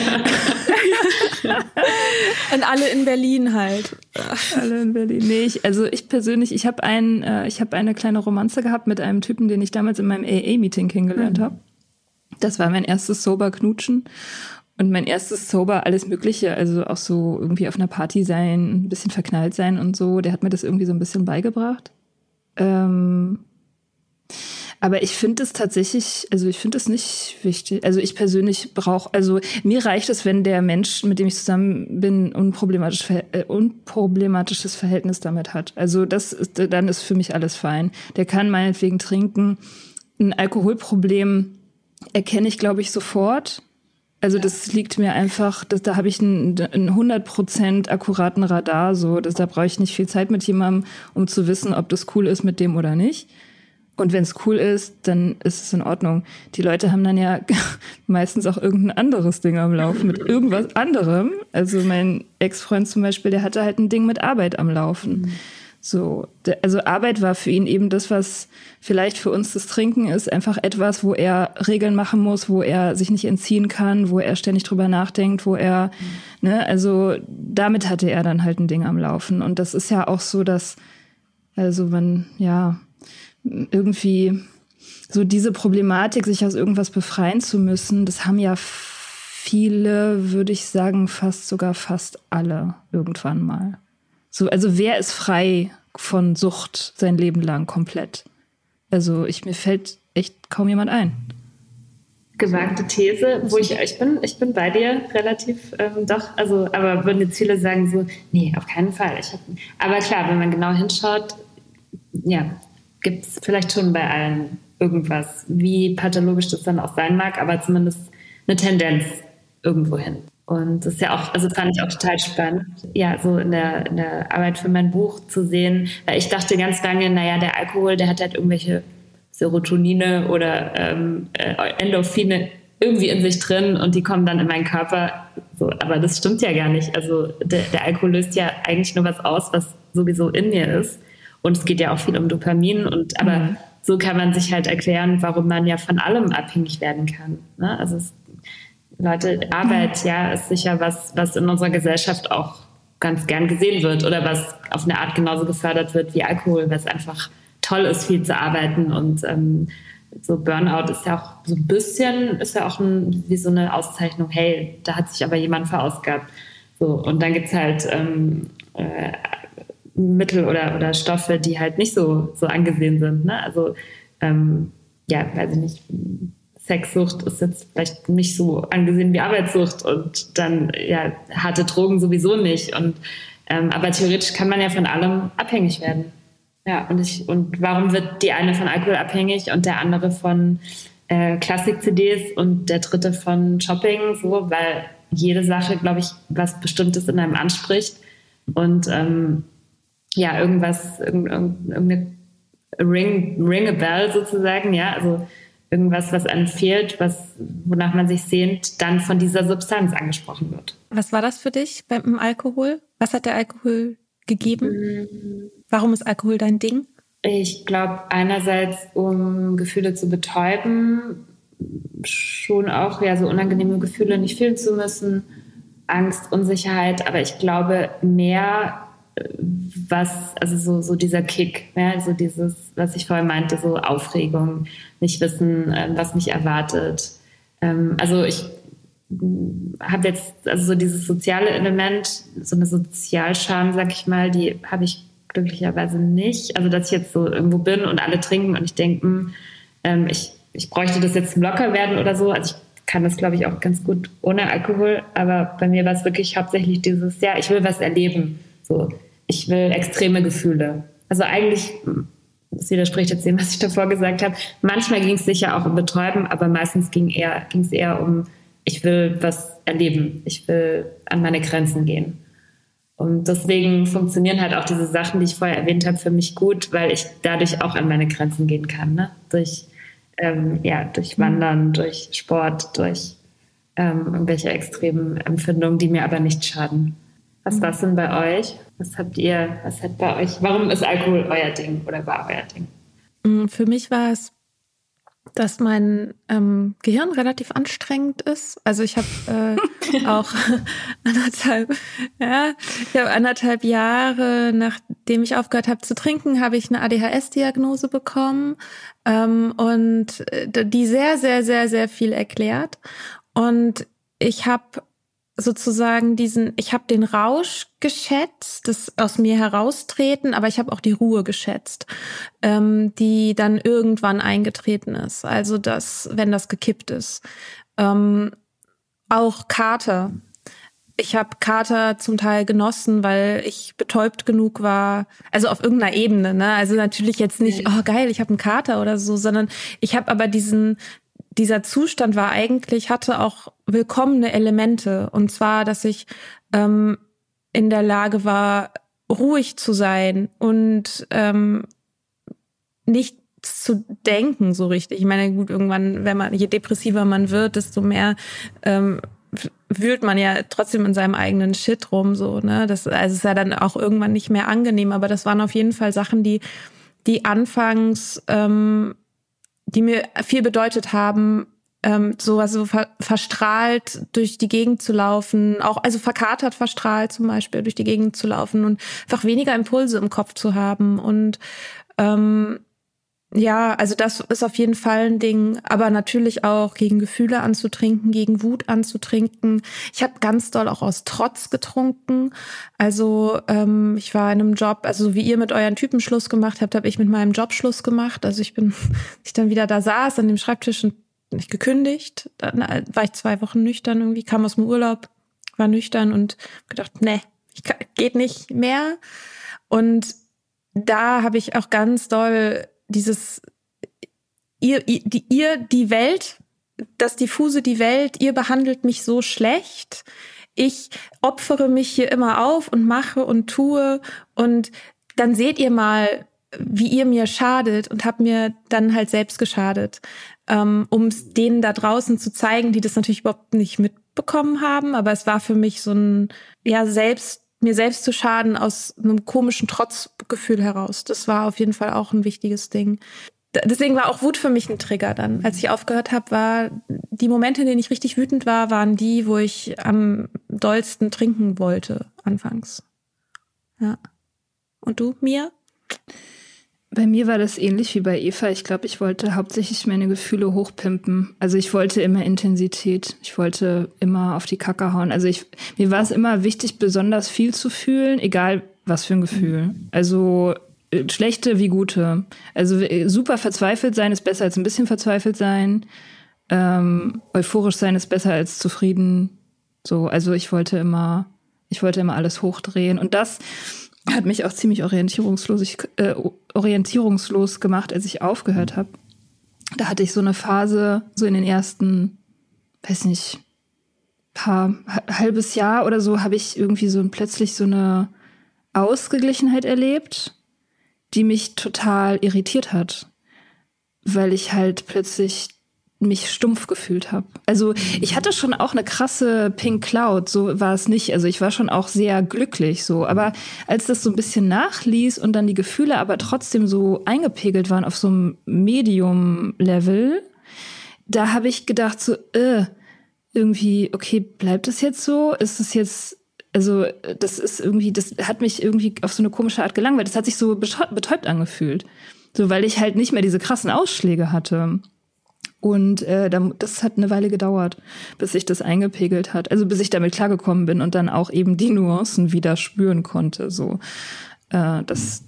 Und alle in Berlin halt. Alle in Berlin. Nee, ich persönlich, ich habe eine kleine Romanze gehabt mit einem Typen, den ich damals in meinem AA-Meeting kennengelernt habe. Das war mein erstes Sober-Knutschen. Und mein erstes Sober, alles Mögliche, also auch so irgendwie auf einer Party sein, ein bisschen verknallt sein und so. Der hat mir das irgendwie so ein bisschen beigebracht. Aber ich finde es tatsächlich, also ich finde es nicht wichtig. Also ich persönlich mir reicht es, wenn der Mensch, mit dem ich zusammen bin, unproblematisches Verhältnis damit hat. Also dann ist für mich alles fein. Der kann meinetwegen trinken. Ein Alkoholproblem erkenne ich, glaube ich, sofort. Also das liegt mir einfach, da habe ich einen 100% akkuraten Radar, da brauche ich nicht viel Zeit mit jemandem, um zu wissen, ob das cool ist mit dem oder nicht. Und wenn es cool ist, dann ist es in Ordnung. Die Leute haben dann ja meistens auch irgendein anderes Ding am Laufen mit irgendwas anderem. Also mein Ex-Freund zum Beispiel, der hatte halt ein Ding mit Arbeit am Laufen. So, also Arbeit war für ihn eben das, was vielleicht für uns das Trinken ist, einfach etwas, wo er Regeln machen muss, wo er sich nicht entziehen kann, wo er ständig drüber nachdenkt, wo er, also damit hatte er dann halt ein Ding am Laufen. Und das ist ja auch so, dass, also man, irgendwie so diese Problematik, sich aus irgendwas befreien zu müssen, das haben ja viele, würde ich sagen, fast alle irgendwann mal. So, also wer ist frei von Sucht sein Leben lang komplett? Also mir fällt echt kaum jemand ein. Gewagte These, wo ich bin bei dir relativ doch, also aber würden jetzt viele sagen so, nee, auf keinen Fall. Aber klar, wenn man genau hinschaut, gibt es vielleicht schon bei allen irgendwas, wie pathologisch das dann auch sein mag, aber zumindest eine Tendenz irgendwo hin. Und das ist ja auch, also fand ich auch total spannend, ja, so in der Arbeit für mein Buch zu sehen, weil ich dachte ganz lange, naja, der Alkohol, der hat halt irgendwelche Serotonine oder Endorphine irgendwie in sich drin und die kommen dann in meinen Körper. So, aber das stimmt ja gar nicht. Also der Alkohol löst ja eigentlich nur was aus, was sowieso in mir ist. Und es geht ja auch viel um Dopamin. Aber so kann man sich halt erklären, warum man ja von allem abhängig werden kann. Ne? Also Leute, Arbeit, ja, ist sicher was in unserer Gesellschaft auch ganz gern gesehen wird oder was auf eine Art genauso gefördert wird wie Alkohol, was einfach toll ist, viel zu arbeiten. Und so Burnout ist ja auch so ein bisschen, ist ja auch wie so eine Auszeichnung, hey, da hat sich aber jemand verausgabt. So, und dann gibt es halt Mittel oder Stoffe, die halt nicht so angesehen sind. Ne? Also, ja, weiß ich nicht, Sexsucht ist jetzt vielleicht nicht so angesehen wie Arbeitssucht und dann, ja, harte Drogen sowieso nicht. Und, aber theoretisch kann man ja von allem abhängig werden. Ja, und warum wird die eine von Alkohol abhängig und der andere von Klassik-CDs und der dritte von Shopping? So, weil jede Sache, glaube ich, was Bestimmtes in einem anspricht und ja, irgendeine Ring a Bell sozusagen, ja, also irgendwas, was einem fehlt, wonach man sich sehnt, dann von dieser Substanz angesprochen wird. Was war das für dich beim Alkohol? Was hat der Alkohol gegeben? Warum ist Alkohol dein Ding? Ich glaube, einerseits, um Gefühle zu betäuben, schon auch ja so unangenehme Gefühle nicht fühlen zu müssen, Angst, Unsicherheit, aber ich glaube mehr, also so dieser Kick, ja, so dieses, was ich vorhin meinte, so Aufregung, nicht wissen, was mich erwartet. Also ich habe jetzt, also so dieses soziale Element, so eine Sozialscham, sag ich mal, die habe ich glücklicherweise nicht. Also dass ich jetzt so irgendwo bin und alle trinken und ich denke, ich bräuchte das jetzt zum Lockerwerden oder so. Also ich kann das, glaube ich, auch ganz gut ohne Alkohol. Aber bei mir war es wirklich hauptsächlich dieses, ja, ich will was erleben. So, ich will extreme Gefühle. Also eigentlich, das widerspricht jetzt dem, was ich davor gesagt habe. Manchmal ging es sicher auch um Betäuben, aber meistens ging es eher um, ich will was erleben. Ich will an meine Grenzen gehen. Und deswegen funktionieren halt auch diese Sachen, die ich vorher erwähnt habe, für mich gut, weil ich dadurch auch an meine Grenzen gehen kann. Ne? Durch Wandern, durch Sport, durch irgendwelche extremen Empfindungen, die mir aber nicht schaden. Was war es denn bei euch? Was hat bei euch, warum ist Alkohol euer Ding oder war euer Ding? Für mich war es, dass mein Gehirn relativ anstrengend ist. Also ich habe auch anderthalb Jahre, nachdem ich aufgehört habe zu trinken, habe ich eine ADHS-Diagnose bekommen und die sehr, sehr, sehr, sehr viel erklärt. Und ich habe sozusagen ich habe den Rausch geschätzt, das aus mir heraustreten, aber ich habe auch die Ruhe geschätzt, die dann irgendwann eingetreten ist. Also wenn das gekippt ist. Auch Kater. Ich habe Kater zum Teil genossen, weil ich betäubt genug war, also auf irgendeiner Ebene, ne? Also natürlich jetzt nicht, oh geil, ich habe einen Kater oder so, sondern ich habe aber dieser Zustand hatte auch willkommene Elemente. Und zwar, dass ich in der Lage war, ruhig zu sein und nicht zu denken so richtig. Ich meine, gut, irgendwann, je depressiver man wird, desto mehr wühlt man ja trotzdem in seinem eigenen Shit rum, so, ne? Das ist ja dann auch irgendwann nicht mehr angenehm. Aber das waren auf jeden Fall Sachen, die anfangs die mir viel bedeutet haben, so verstrahlt durch die Gegend zu laufen, auch also verkatert verstrahlt zum Beispiel durch die Gegend zu laufen und einfach weniger Impulse im Kopf zu haben. Und ja, also das ist auf jeden Fall ein Ding, aber natürlich auch gegen Gefühle anzutrinken, gegen Wut anzutrinken. Ich habe ganz doll auch aus Trotz getrunken. Also ich war in einem Job, also so wie ihr mit euren Typen Schluss gemacht habt, habe ich mit meinem Job Schluss gemacht. Also ich dann wieder da saß an dem Schreibtisch und nicht gekündigt. Dann war ich 2 Wochen nüchtern irgendwie, kam aus dem Urlaub, war nüchtern und gedacht, nee, geht nicht mehr. Und da habe ich auch ganz doll die Welt das diffuse, die Welt, ihr behandelt mich so schlecht. Ich opfere mich hier immer auf und mache und tue und dann seht ihr mal, wie ihr mir schadet und habt mir dann halt selbst geschadet, um es denen da draußen zu zeigen, die das natürlich überhaupt nicht mitbekommen haben. Aber es war für mich so ein, ja, mir selbst zu schaden aus einem komischen Trotzgefühl heraus. Das war auf jeden Fall auch ein wichtiges Ding. Deswegen war auch Wut für mich ein Trigger dann. Als ich aufgehört habe, war die Momente, in denen ich richtig wütend war, waren die, wo ich am dollsten trinken wollte anfangs. Ja. Und du, Mia? Bei mir war das ähnlich wie bei Eva. Ich glaube, ich wollte hauptsächlich meine Gefühle hochpimpen. Also ich wollte immer Intensität. Ich wollte immer auf die Kacke hauen. Also mir war es immer wichtig, besonders viel zu fühlen, egal was für ein Gefühl. Also schlechte wie gute. Also super verzweifelt sein ist besser als ein bisschen verzweifelt sein. Euphorisch sein ist besser als zufrieden. So, also ich wollte immer alles hochdrehen. Und das hat mich auch ziemlich orientierungslos gemacht, als ich aufgehört habe. Da hatte ich so eine Phase, so in den ersten, weiß nicht, halbes Jahr oder so, habe ich irgendwie plötzlich so eine Ausgeglichenheit erlebt, die mich total irritiert hat, weil ich halt plötzlich mich stumpf gefühlt habe. Also ich hatte schon auch eine krasse Pink Cloud, so war es nicht. Also ich war schon auch sehr glücklich so, aber als das so ein bisschen nachließ und dann die Gefühle aber trotzdem so eingepegelt waren auf so einem Medium-Level, da habe ich gedacht so, irgendwie, okay, bleibt das jetzt so? Ist das jetzt, also das ist irgendwie, das hat mich irgendwie auf so eine komische Art gelangweilt. Das hat sich so betäubt angefühlt. So, weil ich halt nicht mehr diese krassen Ausschläge hatte. Und das hat eine Weile gedauert, bis sich das eingepegelt hat. Also bis ich damit klargekommen bin und dann auch eben die Nuancen wieder spüren konnte. So, das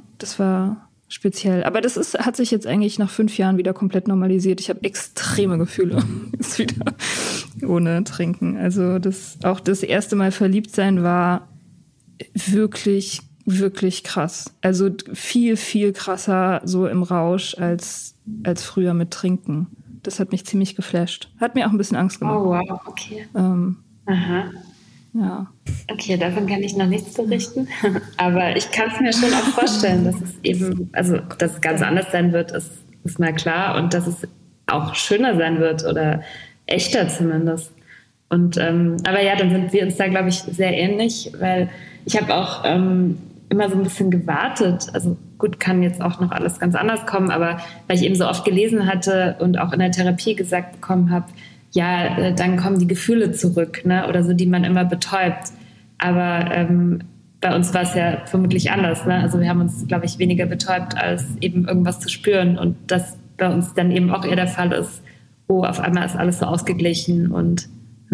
war speziell. Aber hat sich jetzt eigentlich nach 5 Jahren wieder komplett normalisiert. Ich habe extreme Gefühle jetzt wieder ohne Trinken. Also auch das erste Mal verliebt sein war wirklich, wirklich krass. Also viel, viel krasser so im Rausch als früher mit Trinken. Das hat mich ziemlich geflasht. Hat mir auch ein bisschen Angst gemacht. Oh, wow, okay. Aha. Ja. Okay, davon kann ich noch nichts berichten. Aber ich kann es mir schon auch vorstellen, dass es eben, also dass es ganz anders sein wird, ist mal klar. Und dass es auch schöner sein wird oder echter zumindest. Und aber ja, dann sind wir uns da, glaube ich, sehr ähnlich, weil ich habe auch immer so ein bisschen gewartet. Also gut, kann jetzt auch noch alles ganz anders kommen, aber weil ich eben so oft gelesen hatte und auch in der Therapie gesagt bekommen habe, ja, dann kommen die Gefühle zurück, ne? Oder so, die man immer betäubt. Aber bei uns war es ja vermutlich anders, ne? Also wir haben uns, glaube ich, weniger betäubt, als eben irgendwas zu spüren. Und das bei uns dann eben auch eher der Fall ist, auf einmal ist alles so ausgeglichen und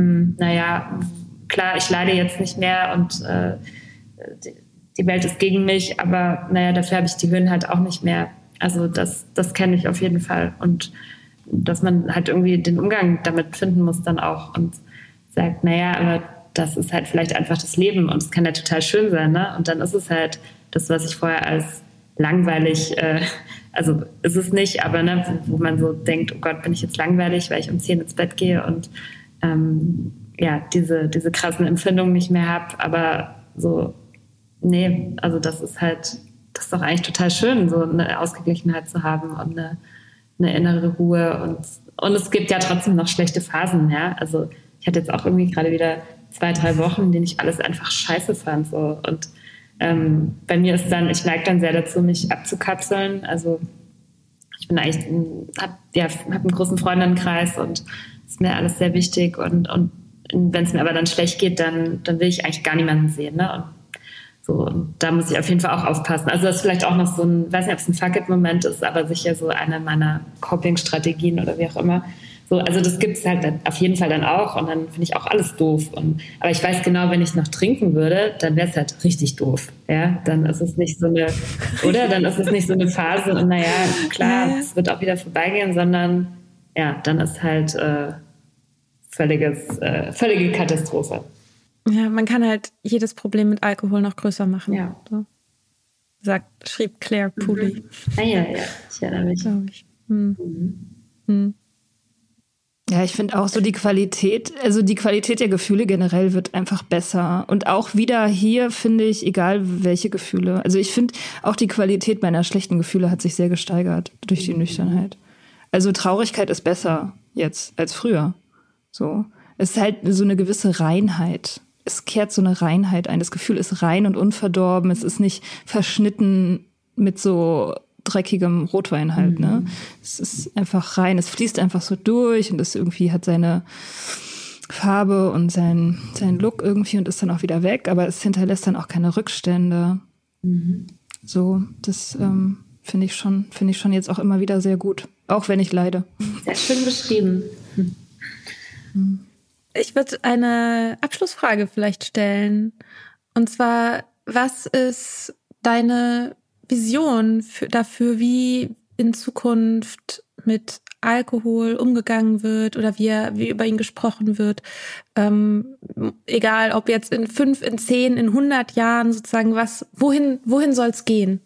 naja, klar, ich leide jetzt nicht mehr und die Welt ist gegen mich, aber naja, dafür habe ich die Höhen halt auch nicht mehr. Also das kenne ich auf jeden Fall. Und dass man halt irgendwie den Umgang damit finden muss dann auch und sagt, naja, aber das ist halt vielleicht einfach das Leben und es kann ja total schön sein, ne? Und dann ist es halt das, was ich vorher als langweilig, also ist es nicht, aber ne, wo man so denkt, oh Gott, bin ich jetzt langweilig, weil ich um 10 ins Bett gehe und diese krassen Empfindungen nicht mehr habe, aber so, nee, also das ist doch eigentlich total schön, so eine Ausgeglichenheit zu haben und eine innere Ruhe und es gibt ja trotzdem noch schlechte Phasen, ja, also ich hatte jetzt auch irgendwie gerade wieder 2-3 Wochen, in denen ich alles einfach scheiße fand, so und bei mir ist dann, ich neige dann sehr dazu, mich abzukapseln, also ich bin eigentlich, habe einen großen Freundinnenkreis und ist mir alles sehr wichtig und wenn es mir aber dann schlecht geht, dann will ich eigentlich gar niemanden sehen, ne, und so, und da muss ich auf jeden Fall auch aufpassen. Also das ist vielleicht auch noch so ein, weiß nicht, ob es ein Fuck-it-Moment ist, aber sicher so eine meiner Coping-Strategien oder wie auch immer. So, also das gibt es halt auf jeden Fall dann auch und dann finde ich auch alles doof. Aber ich weiß genau, wenn ich noch trinken würde, dann wäre es halt richtig doof. Ja, dann ist es nicht so eine, oder? Dann ist es nicht so eine Phase und naja, klar, es wird auch wieder vorbeigehen, sondern ja, dann ist halt völlige Katastrophe. Ja, man kann halt jedes Problem mit Alkohol noch größer machen. Ja. So. Schrieb Claire Pooley. Ja, ich erinnere mich. Glaube ich. Ja, ich finde auch so die Qualität der Gefühle generell wird einfach besser. Und auch wieder hier finde ich, egal welche Gefühle, also ich finde auch die Qualität meiner schlechten Gefühle hat sich sehr gesteigert durch die Nüchternheit. Also Traurigkeit ist besser jetzt als früher. So. Es ist halt so eine gewisse Reinheit. Es kehrt so eine Reinheit ein. Das Gefühl ist rein und unverdorben. Es ist nicht verschnitten mit so dreckigem Rotwein halt, ne? Es ist einfach rein, es fließt einfach so durch und es irgendwie hat seine Farbe und sein Look irgendwie und ist dann auch wieder weg, aber es hinterlässt dann auch keine Rückstände. So, das finde ich schon jetzt auch immer wieder sehr gut, auch wenn ich leide. Sehr schön beschrieben. Ich würde eine Abschlussfrage vielleicht stellen. Und zwar, was ist deine Vision dafür, wie in Zukunft mit Alkohol umgegangen wird oder wie über ihn gesprochen wird? Egal, ob jetzt in 5, in 10, in 100 Jahren sozusagen, wohin soll es gehen?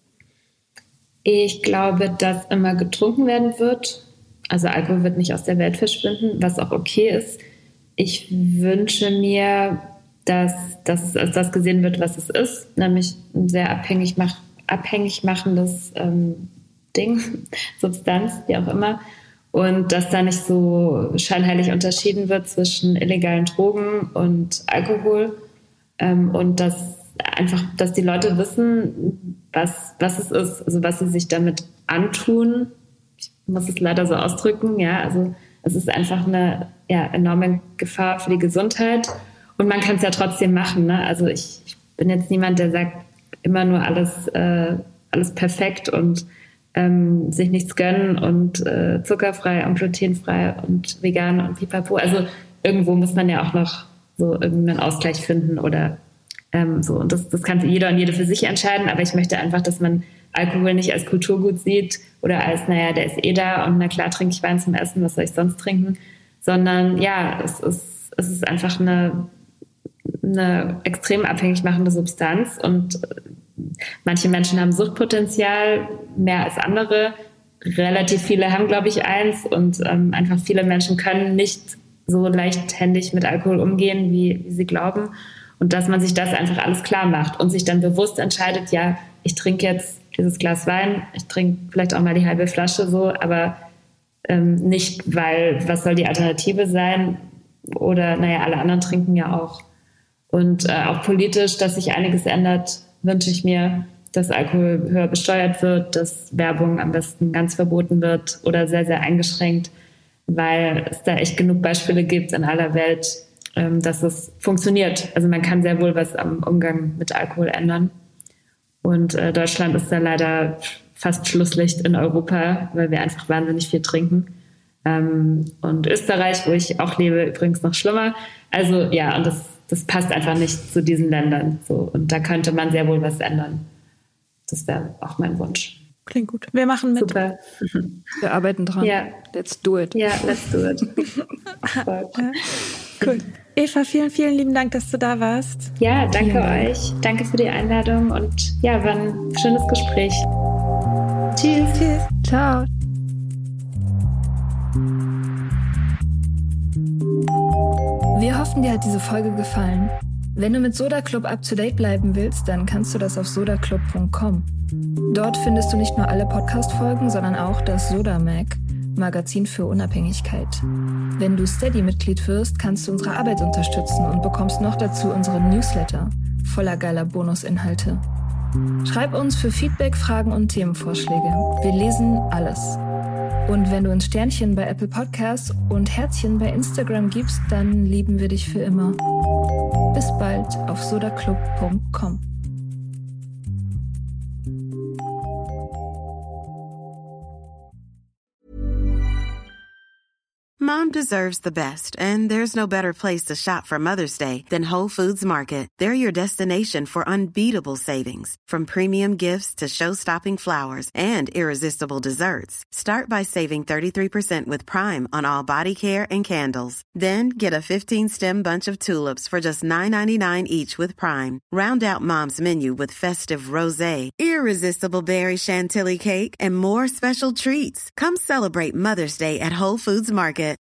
Ich glaube, dass immer getrunken werden wird. Also Alkohol wird nicht aus der Welt verschwinden, was auch okay ist. Ich wünsche mir, dass es als das gesehen wird, was es ist, nämlich ein sehr abhängig machendes Ding, Substanz, wie auch immer. Und dass da nicht so scheinheilig unterschieden wird zwischen illegalen Drogen und Alkohol. Und dass die Leute wissen, was es ist, also was sie sich damit antun. Ich muss es leider so ausdrücken, ja, also es ist einfach eine enorme Gefahr für die Gesundheit. Und man kann es ja trotzdem machen, ne? Also ich bin jetzt niemand, der sagt, immer nur alles perfekt und sich nichts gönnen und zuckerfrei und glutenfrei und vegan und pipapo. Also irgendwo muss man ja auch noch so irgendeinen Ausgleich finden oder so. Und das kann jeder und jede für sich entscheiden. Aber ich möchte einfach, dass man Alkohol nicht als Kulturgut sieht oder als, naja, der ist da und na klar trinke ich Wein zum Essen, was soll ich sonst trinken? Sondern ja, es ist einfach eine extrem abhängig machende Substanz und manche Menschen haben Suchtpotenzial mehr als andere. Relativ viele haben, glaube ich, eins und einfach viele Menschen können nicht so leichthändig mit Alkohol umgehen, wie sie glauben. Und dass man sich das einfach alles klar macht und sich dann bewusst entscheidet, ja, ich trinke jetzt dieses Glas Wein, ich trinke vielleicht auch mal die halbe Flasche so, aber nicht, weil, was soll die Alternative sein? Oder, naja, alle anderen trinken ja auch. Und auch politisch, dass sich einiges ändert, wünsche ich mir, dass Alkohol höher besteuert wird, dass Werbung am besten ganz verboten wird oder sehr, sehr eingeschränkt, weil es da echt genug Beispiele gibt in aller Welt, dass es funktioniert. Also man kann sehr wohl was am Umgang mit Alkohol ändern. Und Deutschland ist da leider fast Schlusslicht in Europa, weil wir einfach wahnsinnig viel trinken. Und Österreich, wo ich auch lebe, übrigens noch schlimmer. Also ja, und das passt einfach nicht zu diesen Ländern. So. Und da könnte man sehr wohl was ändern. Das wäre auch mein Wunsch. Klingt gut. Wir machen mit. Super. Wir arbeiten dran. Ja. Let's do it. Ja, let's do it. Cool. Eva, vielen, vielen lieben Dank, dass du da warst. Ja, danke euch. Danke für die Einladung und ja, war ein schönes Gespräch. Tschüss. Tschüss. Ciao. Wir hoffen, dir hat diese Folge gefallen. Wenn du mit Soda Club up to date bleiben willst, dann kannst du das auf sodaclub.com. Dort findest du nicht nur alle Podcast-Folgen, sondern auch das Soda Mag, Magazin für Unabhängigkeit. Wenn du Steady-Mitglied wirst, kannst du unsere Arbeit unterstützen und bekommst noch dazu unseren Newsletter voller geiler Bonusinhalte. Schreib uns für Feedback, Fragen und Themenvorschläge. Wir lesen alles. Und wenn du uns Sternchen bei Apple Podcasts und Herzchen bei Instagram gibst, dann lieben wir dich für immer. Bis bald auf sodaclub.com. Mom deserves the best, and there's no better place to shop for Mother's Day than Whole Foods Market. They're your destination for unbeatable savings, from premium gifts to show-stopping flowers and irresistible desserts. Start by saving 33% with Prime on all body care and candles. Then get a 15-stem bunch of tulips for just $9.99 each with Prime. Round out Mom's menu with festive rosé, irresistible berry chantilly cake, and more special treats. Come celebrate Mother's Day at Whole Foods Market.